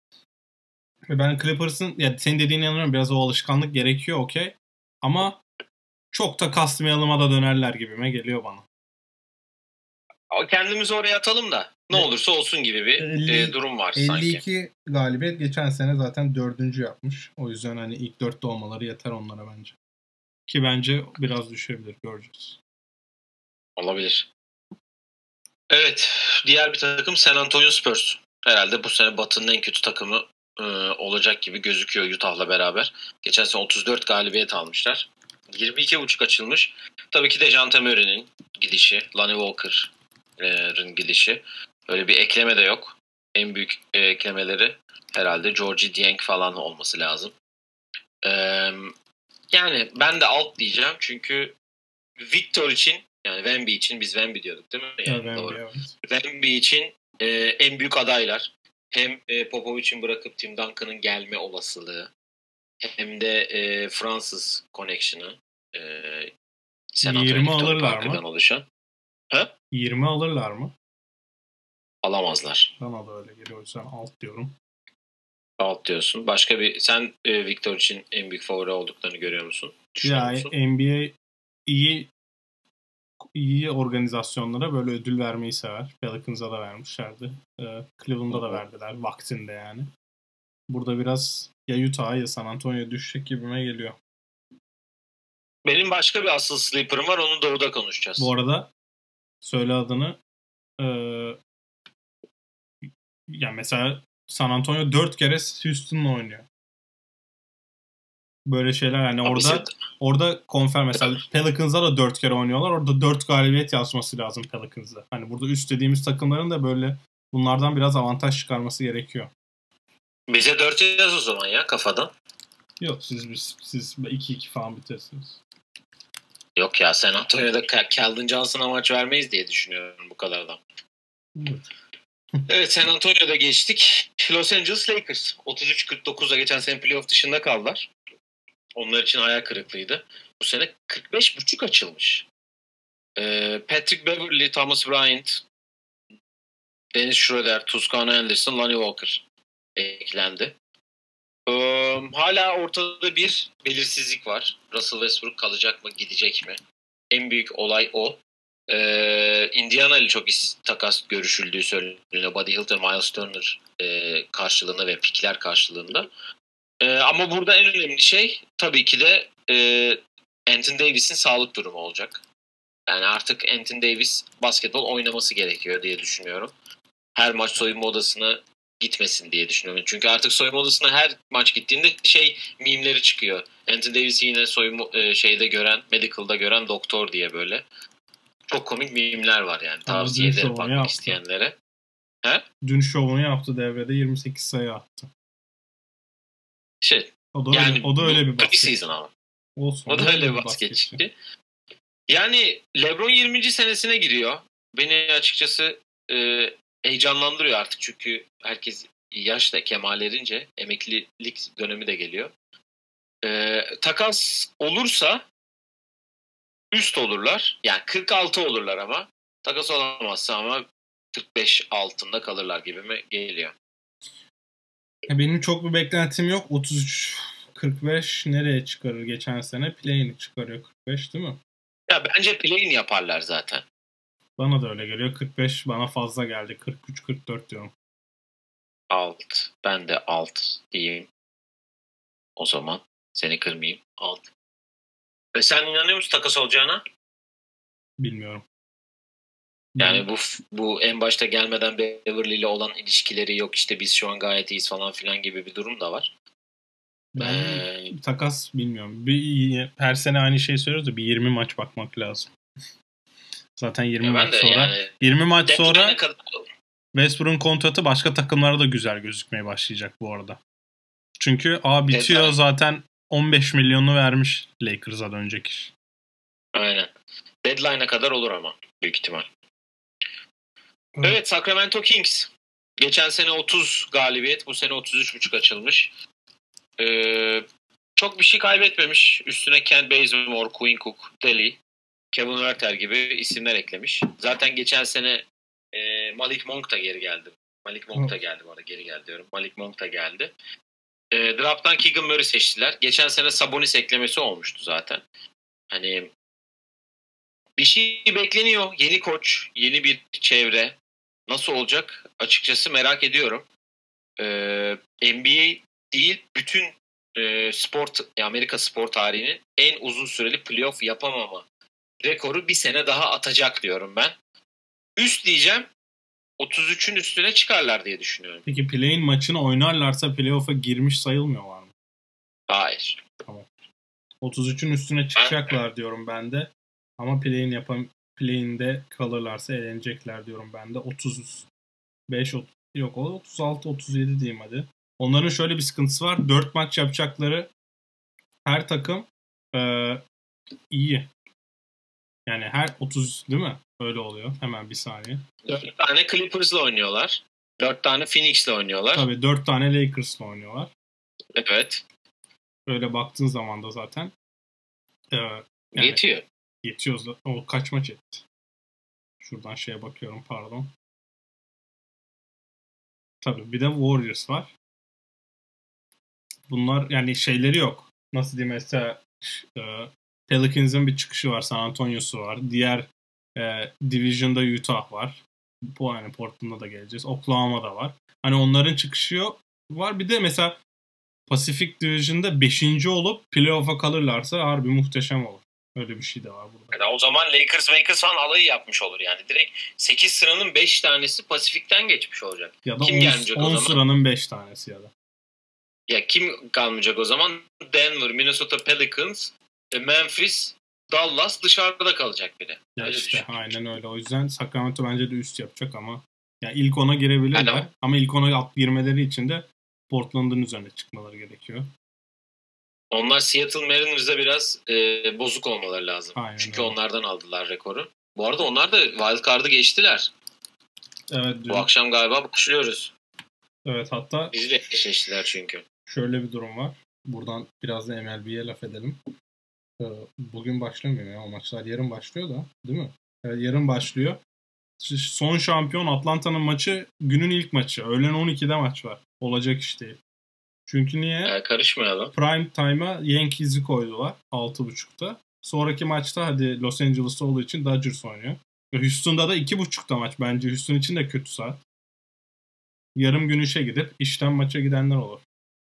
Ve ben Clippers'ın ya senin dediğine inanıyorum. Biraz o alışkanlık gerekiyor, okey. Ama çok da kasmayalıma da dönerler gibime geliyor bana. Kendimizi oraya atalım da ne olursa olsun gibi bir elli, e, durum var sanki. elli iki galibiyet geçen sene zaten dördüncü yapmış. O yüzden hani ilk dörtte olmaları yeter onlara bence. Ki bence biraz düşebilir, göreceğiz. Olabilir. Evet, diğer bir takım San Antonio Spurs. Herhalde bu sene Batı'nın en kötü takımı e, olacak gibi gözüküyor Utah'la beraber. Geçen sene otuz dört galibiyet almışlar. yirmi iki buçuk açılmış. Tabii ki de Dejounte Murray'nin gidişi, Lonnie Walker'ın gidişi. Öyle bir ekleme de yok. En büyük eklemeleri herhalde Georgie Dieng falan olması lazım. Ee, yani ben de alt diyeceğim çünkü Victor için, yani Wemby için, biz Wemby diyorduk değil mi? Yani evet, doğru. evet. Wemby için e, en büyük adaylar. Hem e, Popovic'in bırakıp Tim Duncan'ın gelme olasılığı, hem de e, Fransız connection'ı. E, yirmi alırlar mı? Oluşan. Ha? yirmi alırlar mı? Alamazlar. Bana da öyle geliyor. O yüzden alt diyorum. Alt diyorsun. Başka bir, sen e, Victor için en büyük favori olduklarını görüyor musun? Ya musun? N B A iyi iyi organizasyonlara böyle ödül vermeyi sever. Pelicans'a da vermişlerdi. Ee, Cleveland'a da verdiler vaktinde yani. Burada biraz ya Utah'a ya San Antonio'ya düşecek gibime geliyor. Benim başka bir asıl sleeper'ım var. Onu doğuda konuşacağız. Bu arada söyle adını. Ee, ya mesela San Antonio dört kere Houston'la oynuyor. Böyle şeyler yani orada sen... orada konfer mesela Pelicans'la da dört kere oynuyorlar. Orada dört galibiyet yazması lazım Pelicans'la. Hani burada üst dediğimiz takımların da böyle bunlardan biraz avantaj çıkarması gerekiyor. Bize dört yaz o zaman ya kafadan. Yok siz biz siz iki iki falan bitersiniz. Yok ya San Antonio'da Keldon Johnson'a maç vermeyiz diye düşünüyorum bu kadardan. Evet. Evet, San Antonio'da geçtik. Los Angeles Lakers otuz üç kırk dokuzda geçen sene playoff dışında kaldılar. Onlar için hayal kırıklığıydı. Bu sene kırk beş buçuk açılmış. Ee, Patrick Beverley, Thomas Bryant, Dennis Schroeder, Toscano Anderson, Lonnie Walker eklendi. Ee, hala ortada bir belirsizlik var. Russell Westbrook kalacak mı, gidecek mi? En büyük olay o. Ee, Indiana ile çok takas görüşüldüğü söyleniyor. Buddy Hield ve Miles Turner e, karşılığında ve pikler karşılığında. Ee, ama burada en önemli şey tabii ki de e, Anthony Davis'in sağlık durumu olacak. Yani artık Anthony Davis basketbol oynaması gerekiyor diye düşünüyorum. Her maç soyunma odasına gitmesin diye düşünüyorum. Çünkü artık soyunma odasına her maç gittiğinde şey mimleri çıkıyor. Anthony Davis'i yine soyunma e, şeyde gören, medical'da gören doktor diye böyle. Çok komik mimler var yani. Tavsiye ederim bakmak yaptı. isteyenlere. He? Dün şovunu yaptı devrede yirmi sekiz sayı attı. Şey, o da yani öyle, o da öyle bir basketçi. Olsun. O da öyle bir basketçi. Yani LeBron yirminci senesine giriyor. Beni açıkçası e, heyecanlandırıyor artık çünkü herkes yaşta kemal erince emeklilik dönemi de geliyor. E, takas olursa üst olurlar. Yani kırk altı olurlar ama takas olamazsa ama kırk beş altında kalırlar gibi mi geliyor. Benim çok bir beklentim yok. otuz üç kırk beş nereye çıkarır geçen sene? Play-in'i çıkarıyor kırk beş değil mi? Ya bence play-in yaparlar zaten. Bana da öyle geliyor. kırk beş bana fazla geldi. kırk üç kırk dört diyorum. Alt. Ben de alt diyeyim. O zaman seni kırmayayım. Alt. Ve sen inanıyor musun takas olacağına? Bilmiyorum. Yani bu bu en başta gelmeden Beverly ile olan ilişkileri yok, işte biz şu an gayet iyiyiz falan filan gibi bir durum da var. Ben Ee, takas bilmiyorum. Bir, her sene aynı şeyi söylüyoruz da bir yirmi maç bakmak lazım. Zaten yirmi ben maç de sonra yani yirmi maç deadline'e sonra kadar- Westbrook'un kontratı başka takımlara da güzel gözükmeye başlayacak bu arada. Çünkü a bitiyor Deadline- zaten on beş milyonu vermiş Lakers'a dönecek iş. Aynen. Deadline'a kadar olur ama büyük ihtimal. Evet. Evet, Sacramento Kings. Geçen sene otuz galibiyet, bu sene otuz üç buçuk açılmış. Ee, çok bir şey kaybetmemiş. Üstüne Kent Bazemore, Quinn Cook, Deli, Kevin Huerter gibi isimler eklemiş. Zaten geçen sene e, Malik Monk da geri geldi. Malik Monk da geldi bu arada, geri geldi diyorum. Malik Monk da geldi. E, draft'tan Keegan Murray seçtiler. Geçen sene Sabonis eklemesi olmuştu zaten. Hani bir şey bekleniyor. Yeni koç, yeni bir çevre. Nasıl olacak? Açıkçası merak ediyorum. Ee, N B A değil, bütün e, spor, Amerika spor tarihinin en uzun süreli playoff yapamama rekoru bir sene daha atacak diyorum ben. Üst diyeceğim, otuz üçün üstüne çıkarlar diye düşünüyorum. Peki play-in maçını oynarlarsa playoff'a girmiş sayılmıyorlar mı? Hayır. Tamam. otuz üçün üstüne çıkacaklar diyorum ben de. Ama play-in yapam play-in'de kalırlarsa elenecekler diyorum ben de. otuz beş yok o otuz altı otuz yedi diyeyim hadi. Onların şöyle bir sıkıntısı var. dört maç yapacakları her takım e, iyi. Yani her otuz değil mi? Öyle oluyor. Hemen bir saniye. dört tane Clippers'la oynuyorlar. dört tane Phoenix'le oynuyorlar. Tabii dört tane Lakers'la oynuyorlar. Evet. Öyle baktığın zaman da zaten e, yani Yetiyor. yetiyoruz. O kaç maç etti? Şuradan şeye bakıyorum pardon. Tabii bir de Warriors var. Bunlar yani şeyleri yok. Nasıl diyeyim mesela e, Pelicans'ın bir çıkışı var. San Antonio'su var. Diğer e, Division'da Utah var. Bu yani Portland'a da geleceğiz. Oklahoma'da var. Hani onların çıkışı yok. Var. Bir de mesela Pacific Division'da beşinci olup playoff'a kalırlarsa harbi muhteşem olur. Öyle bir şey de var burada. Yani o zaman Lakers Lakers falan alayı yapmış olur yani. Direkt sekiz sıranın beş tanesi Pasifik'ten geçmiş olacak. Ya da Kim on, gelmeyecek o on zaman? sıranın beş tanesi ya da. Ya kim kalmayacak o zaman? Denver, Minnesota Pelicans, Memphis, Dallas dışarıda kalacak biri. Ya Öyle işte düşün. aynen öyle. O yüzden Sacramento bence de üst yapacak ama ya ilk ona girebilirler. Hani o- Ama ilk ona at girmeleri için de Portland'ın üzerine çıkmaları gerekiyor. Onlar Seattle Mariners'a biraz e, bozuk olmaları lazım. Aynen Çünkü öyle. onlardan aldılar rekoru. Bu arada onlar da wild card'ı geçtiler. Evet, dün, Bu akşam galiba başlıyoruz. evet hatta Bizi de eşleştiler çünkü. şöyle bir durum var. Buradan biraz da M L B'ye laf edelim. Ee, Bugün başlamıyor ya. O maçlar yarın başlıyor da. Değil mi? Evet, yarın başlıyor. Son şampiyon Atlanta'nın maçı günün ilk maçı. Öğlen on ikide maç var. Olacak iş değil. Çünkü niye? E, karışmayalım. Prime Time'a Yankees'i koydular altı buçukta. Sonraki maçta hadi Los Angeles'ta olduğu için Dodgers oynuyor. Houston'da da iki buçukta maç. Bence Houston için de kötü saat. Yarım gün işe gidip işten maça gidenler olur.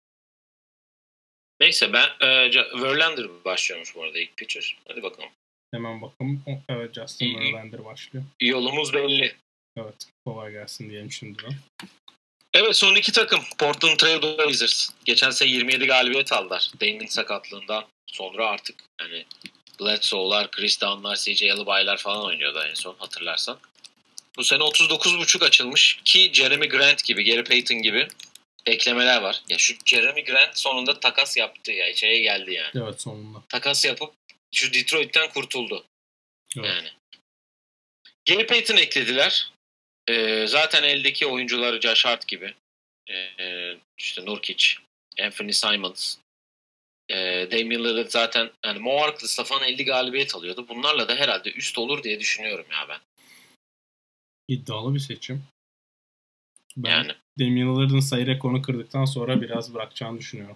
Neyse ben e, Verlander başlıyormuş bu arada ilk pitcher. Hadi bakalım. Hemen bakalım. Evet, Justin Verlander başlıyor. Yolumuz belli. Evet, kolay gelsin diyelim şimdiden. Evet, son iki takım. Portland Trail Blazers. Geçen sene yirmi yedi galibiyet aldılar. Damon sakatlığından sonra artık yani Bledsoe'lar, Chris Dunn'lar, C J Alubay'lar falan oynuyordu en son hatırlarsan. Bu sene otuz dokuz buçuk açılmış ki Jeremy Grant gibi, Gary Payton gibi eklemeler var. Ya şu Jeremy Grant sonunda takas yaptı ya, şeye geldi yani. Evet, sonunda. Takas yapıp şu Detroit'ten kurtuldu. Evet. Yani. Gary Payton eklediler. Ee, zaten eldeki oyuncuları Josh Hart gibi. Ee, işte Nurkic, Anthony Simons, ee, Damian Lillard zaten yani Mo Harkless'la falan elli galibiyet alıyordu. Bunlarla da herhalde üst olur diye düşünüyorum ya ben. İddialı bir seçim. Ben Yani. Damian Lillard'ın sayı rekorunu kırdıktan sonra biraz bırakacağını düşünüyorum.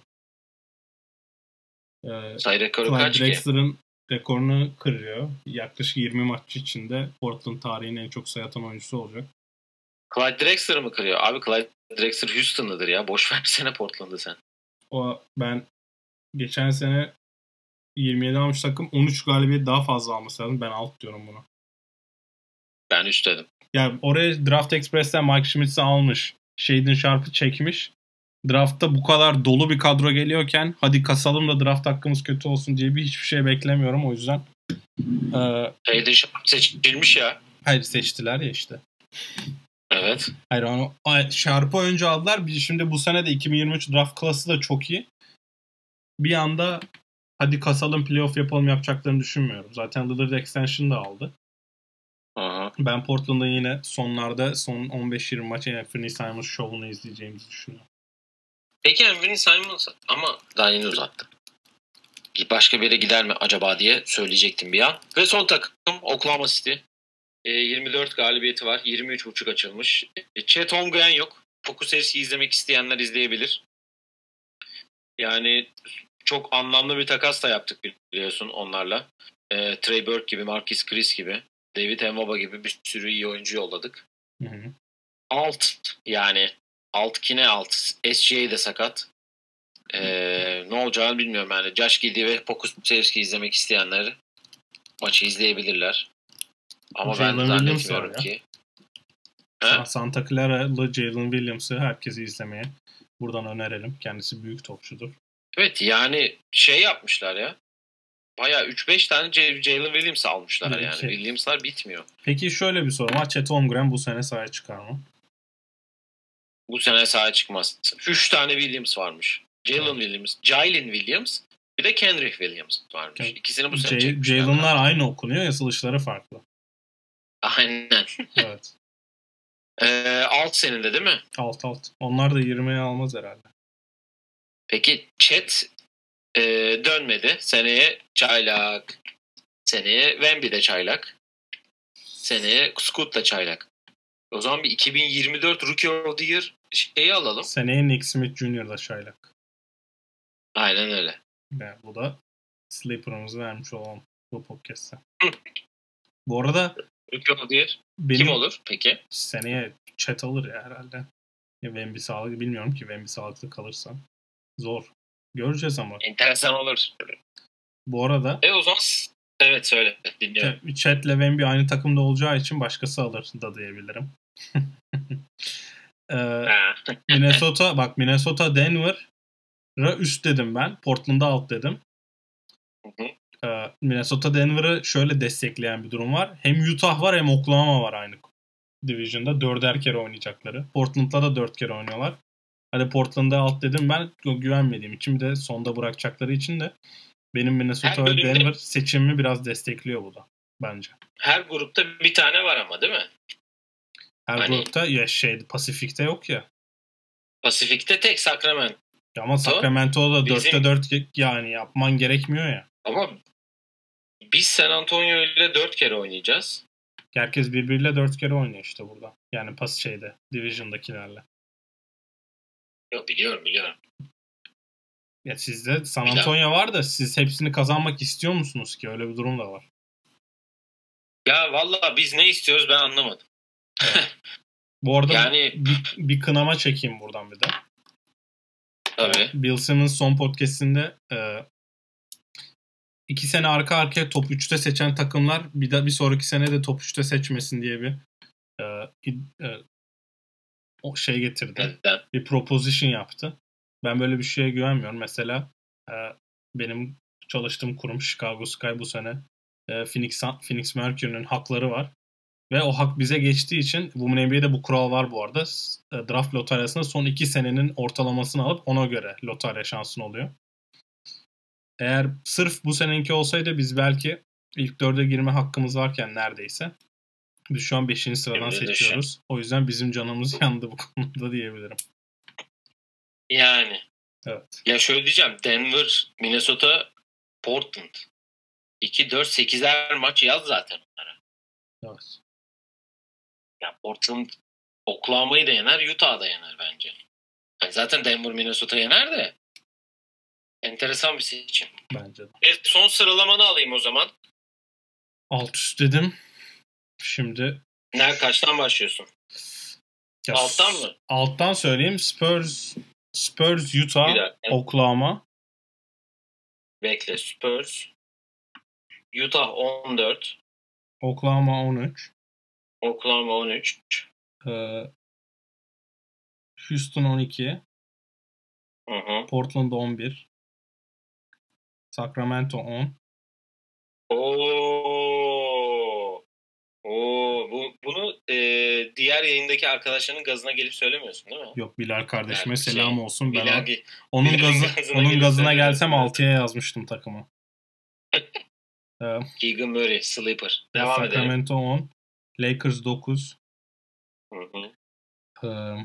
Ee, Sayı rekoru Clyde kaç ki? Drexler'ın rekorunu kırıyor. Yaklaşık yirmi maç içinde Portland tarihinin en çok sayı atan oyuncusu olacak. Clyde Drexler mı kırıyor? Abi Clyde Drexler Houston'lıdır ya. Boş versene Portland'ı sen. O ben geçen sene yirmi yedi almış takım on üç galibiyet daha fazla alması lazım. Ben alt diyorum bunu. Ben üç dedim. Ya oraya Draft Express'ten Mike Schmitz'i almış. Shaden Sharp'ı çekmiş. Draftta bu kadar dolu bir kadro geliyorken hadi kasalım da draft hakkımız kötü olsun diye bir hiçbir şey beklemiyorum. O yüzden e, Shaden Sharp seçilmiş ya. hayır seçtiler ya işte. Evet. Hayır onu Sharp'ı önce aldılar. Bir şimdi bu sene de iki bin yirmi üç draft klası da çok iyi. Bir anda hadi kasalım playoff yapalım yapacaklarını düşünmüyorum. Zaten Lillard extension da aldı. Aha. Ben Portland'ın yine sonlarda son on beş yirmi maç Anthony Simons şovunu izleyeceğimizi düşünüyorum. Peki Anthony Simons ama daha yeni uzattı. Başka bir yere gider mi acaba diye söyleyecektim bir an. Ve son takım Oklahoma City. E, yirmi dört galibiyeti var. yirmi üç buçuk açılmış. E, Chet Holmgren yok. Poku serisi izlemek isteyenler izleyebilir. Yani çok anlamlı bir takas da yaptık biliyorsun onlarla. E, Trey Burke gibi, Marquise Chris gibi, David Nwaba gibi bir sürü iyi oyuncu yolladık. Hı hı. Alt yani alt kine alt. S G A de sakat. Ee, ne olacağını bilmiyorum yani. Josh Giddey ve Pokus Sevski izlemek isteyenler maçı izleyebilirler. Ama Jalen ben Williams zannetmiyorum var ya. ki. Sa- Santa Clara'lı Jalen Williams'ı herkese izlemeye buradan önerelim. Kendisi büyük topçudur. Evet yani şey yapmışlar ya. Bayağı üç beş tane J- Jalen Williams almışlar Evet, yani. şey. Williams'lar bitmiyor. Peki şöyle bir soru var. Chet Holmgren bu sene sahaya çıkar mı? Bu sene sahaya çıkmaz. üç tane Williams varmış. Jalen Evet. Williams, Jalen Williams bir de Kendrick Williams varmış. Evet. İkisini bu sene J- çekmişler. Jalen'lar aynı okunuyor. Yazılışları farklı. Aynen. Evet. Ee, alt seninde değil mi? Alt alt. Onlar da yirmiye almaz herhalde. Peki Chet e, dönmedi. Seneye çaylak. Seneye Wemby de çaylak. Seneye Scoot da çaylak. O zaman bir iki bin yirmi dört Rookie of the Year şeyi alalım. Seneye Nick Smith Junior da şaylak. Aynen öyle. Yani bu da sleeper'ımızı vermiş olalım bu podcast'te. Bu arada Rookie of the Year benim kim olur peki? seneye Chet alır ya herhalde. Ya Wemby sağlıklı bilmiyorum ki Wemby sağlıklı kalırsa. Zor. Göreceğiz ama. Enteresan olur. Bu arada E o zaman evet söyle. Dinliyorum. Chet'le Wemby aynı takımda olacağı için başkası alır da diyebilirim. ee, Minnesota bak Minnesota Denver'a üst dedim ben. Portland'a alt dedim. Hı hı. Ee, Minnesota Denver'ı şöyle destekleyen bir durum var. Hem Utah var hem Oklahoma var aynı division'da. Dörder kere oynayacakları. Portland'la da dört kere oynuyorlar. Hadi Portland'a alt dedim ben güvenmediğim için bir de sonda bırakacakları için de benim Minnesota ve Denver seçimimi biraz destekliyor bu da bence. Her grupta bir tane var ama değil mi? Her hani, grupta ya şey Pasifik'te yok ya. Pasifik'te tek Sacramento. Ya ama Sacramento'da Bizim... dörtte dört yani yapman gerekmiyor ya. Ama biz San Antonio ile dört kere oynayacağız. Herkes birbiriyle dört kere oynuyor işte burada. Yani pas şeyde, Division'dakilerle. Yok biliyorum biliyorum. Ya sizde San Antonio var da siz hepsini kazanmak istiyor musunuz ki? Öyle bir durum da var. Ya vallahi biz ne istiyoruz ben anlamadım. Evet. Bu arada yani... bir, bir kınama çekeyim buradan bir de. Tabii. Bill Simmons son podcast'inde e, iki sene arka arkaya top üçte seçen takımlar bir de bir sonraki sene de top üçte seçmesin diye bir e, e, o şey getirdi. Neden? Bir proposition yaptı. Ben böyle bir şeye güvenmiyorum. Mesela e, benim çalıştığım kurum Chicago Sky bu sene e, Phoenix, Phoenix Mercury'nin hakları var. Ve o hak bize geçtiği için Women N B A'de bu kural var bu arada. E, draft lotaryasında son iki senenin ortalamasını alıp ona göre lotarya şansın oluyor. Eğer sırf bu seninki olsaydı biz belki ilk dörde girme hakkımız varken neredeyse biz şu an beşinci sıradan Öyle seçiyoruz. düşün. O yüzden bizim canımız yandı bu konuda diyebilirim. Yani. Evet. Ya şöyle diyeceğim. Denver, Minnesota, Portland. iki dört sekizer maç yaz zaten onlara. Evet. Ya Portland Oklahoma'yı da yener, Utah'ı da yener bence. Yani zaten Denver, Minnesota yener de enteresan bir seçim. Bence de. Evet, son sıralamanı alayım o zaman. Alt üst dedim. Şimdi Nerede kaçtan başlıyorsun? Ya, Alttan mı? Alttan söyleyeyim. Spurs, Spurs, Utah, Bir dakika. Oklahoma. Bekle. Spurs. Utah on dört. Oklahoma on üç. Oklahoma on üç. Ee, Houston on iki. Hı hı. Portland on bir. Sacramento on. Oo. Oo. Bu, bunu e, diğer yayındaki arkadaşlarının gazına gelip söylemiyorsun değil mi? Yok, Bilal kardeşime Yani selam şey, olsun. Ben Bilal, o- Ge- onun Bilal'in gazı gazına onun gelip gazına söylemiyorsun gelsem zaten. altıya yazmıştım takımı. Ee, Keegan Murray, Sleeper. Devam edelim. Sacramento on. Lakers dokuz. Hı hı. Ee,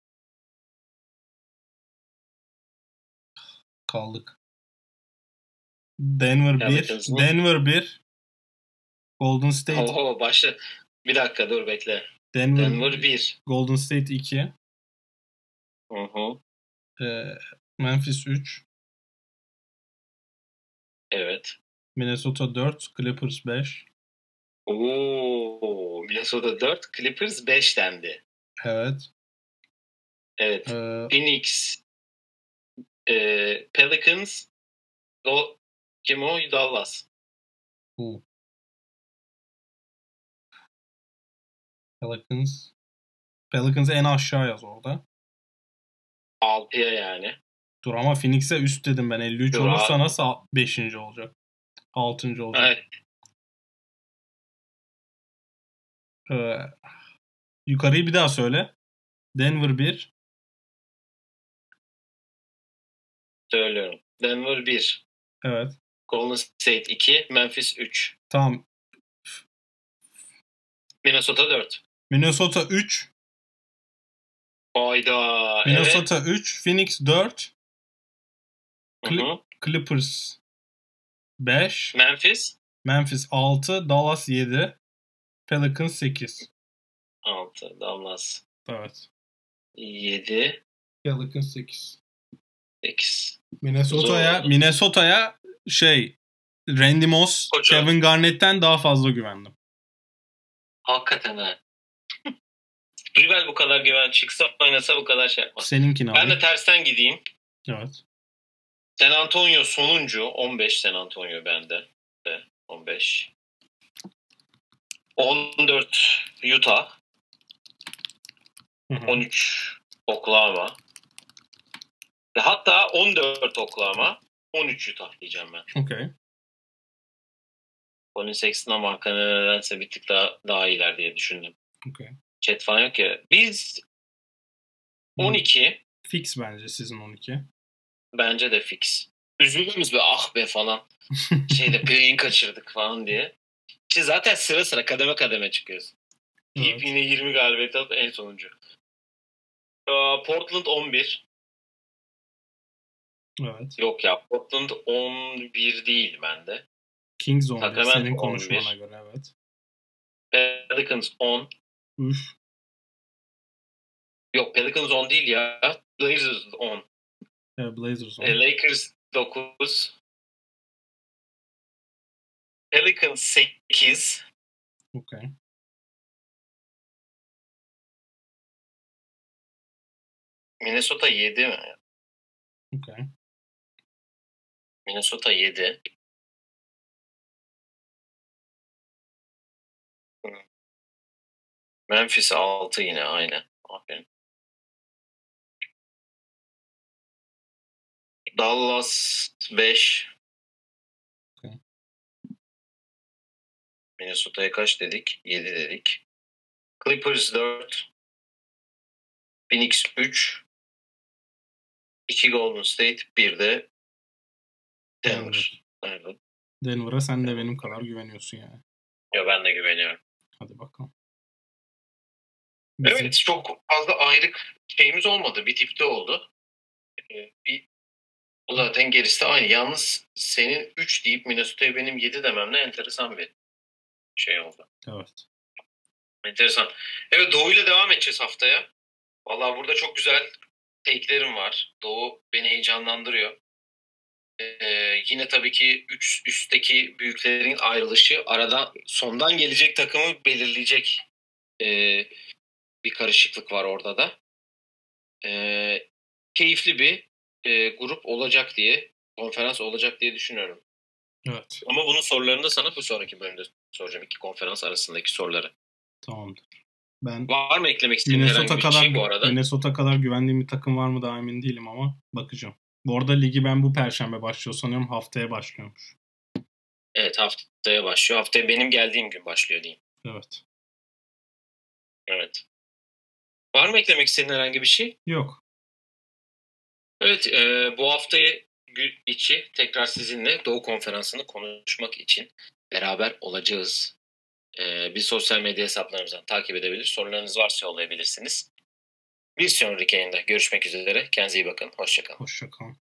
kaldık. Denver bir. Pelicans mı? Denver bir. Golden State Oho, başla. Bir dakika dur bekle. Denver, Denver bir. Golden State iki. Hı hı. Ee, Memphis üç. Evet. Minnesota dört. Clippers beş. Oo, Minnesota dört, Clippers beş dendi. Evet. Evet. Ee, Phoenix, e, Pelicans, o kim o? Dallas. bu. Pelicans. Pelicans en aşağı yaz orada. altıya yani. Dur ama Phoenix'e üst dedim ben. elli üç Dur olursa abi. nasıl beşinci olacak? altıncı olacak. Evet. Ee, yukarıyı bir daha söyle. Denver bir. Söylüyorum. Denver bir, Evet. Golden State iki, Memphis üç, Tamam. Minnesota dört. Minnesota üç. Hayda. Minnesota üç. Phoenix dört. Evet. Hı hı. Clippers beş. Memphis Memphis altı. Dallas yedi. Pelicans sekiz. altı, Dallas Evet. yedi, Pelicans sekiz. sekiz. Minnesota'ya Zor. Minnesota'ya şey Randy Moss, Koçum. Kevin Garnett'ten daha fazla güvendim. Hakikaten ha. Rivel bu kadar güven çıksa oynasa bu kadar şey yapmaz. Seninkini Ben alayım. de tersten gideyim. Evet. San Antonio sonuncu. on beş San Antonio bende. De on beş. on dört Utah. Hı hı. on üç Oklahoma. Ve hatta on dört Oklahoma. on üç Utah diyeceğim ben. Okey. Colin Sexton ama Hakan'ı nedense bir tık daha, daha iyiler diye düşündüm. Okey. Chat falan yok ya. Biz on iki. Fix bence sizin on iki. Bence de fix. Üzüldünüz be ah be falan. Şeyde play-in kaçırdık falan diye. İşte zaten sıra sıra kademe kademe çıkıyoruz. Deyip Evet. yine yirmi galibiyet alıp en sonuncu. Aa, Portland on bir. Evet. Yok ya Portland on bir değil bende. Kings on bir. Sacramento Senin on konuşmana bir. göre evet. Pelicans on. Üf. Yok Pelicans on değil ya. Blazers on. Evet, Blazers on. E, Lakers dokuz. Pelicans sekiz. Okey. Minnesota yedi mi? Okey. Minnesota yedi. Memphis altı yine aynı. Aferin. Dallas beş. Okay. Minnesota'ya kaç dedik? yedi dedik. Clippers dört. Phoenix üç. iki Golden State, bir de Denver. Evet. Denver'a sen de benim kadar güveniyorsun yani. Ya ben de güveniyorum. Hadi bakalım. Bizim... Evet, çok fazla ayrık şeyimiz olmadı. Bir dipte oldu. Ee, bir o zaten gerisi de aynı. Yalnız senin üç deyip Minnesota'ya benim yedi dememle enteresan bir şey oldu. Evet. Enteresan. Evet, Doğu ile devam edeceğiz haftaya. Vallahi burada çok güzel take'lerim var. Doğu beni heyecanlandırıyor. Ee, yine tabii ki üç üstteki büyüklerin ayrılışı arada sondan gelecek takımı belirleyecek. Ee, bir karışıklık var orada da. Ee, keyifli bir e, grup olacak diye, konferans olacak diye düşünüyorum. Evet. Ama bunun sorularını da sana bu sonraki bölümde soracağım. İki konferans arasındaki soruları. Tamamdır. Ben Var mı eklemek istediğin Minnesota herhangi bir kadar şey bu arada? Minnesota kadar güvendiğim bir takım var mı daha emin değilim ama bakacağım. Bu arada ligi ben bu perşembe başlıyor sanıyorum. Haftaya başlıyormuş. Evet, haftaya başlıyor. Haftaya benim geldiğim gün başlıyor diyeyim. Evet. Evet. Var mı eklemek istediğin herhangi bir şey? Yok. Evet, e, bu haftayı gü- içi tekrar sizinle Doğu Konferansı'nı konuşmak için beraber olacağız. E, bir sosyal medya hesaplarımızdan takip edebilir. Sorularınız varsa yollayabilirsiniz. Bir sonraki yayında görüşmek üzere. Kendinize iyi bakın. Hoşça kalın. Hoşça kalın.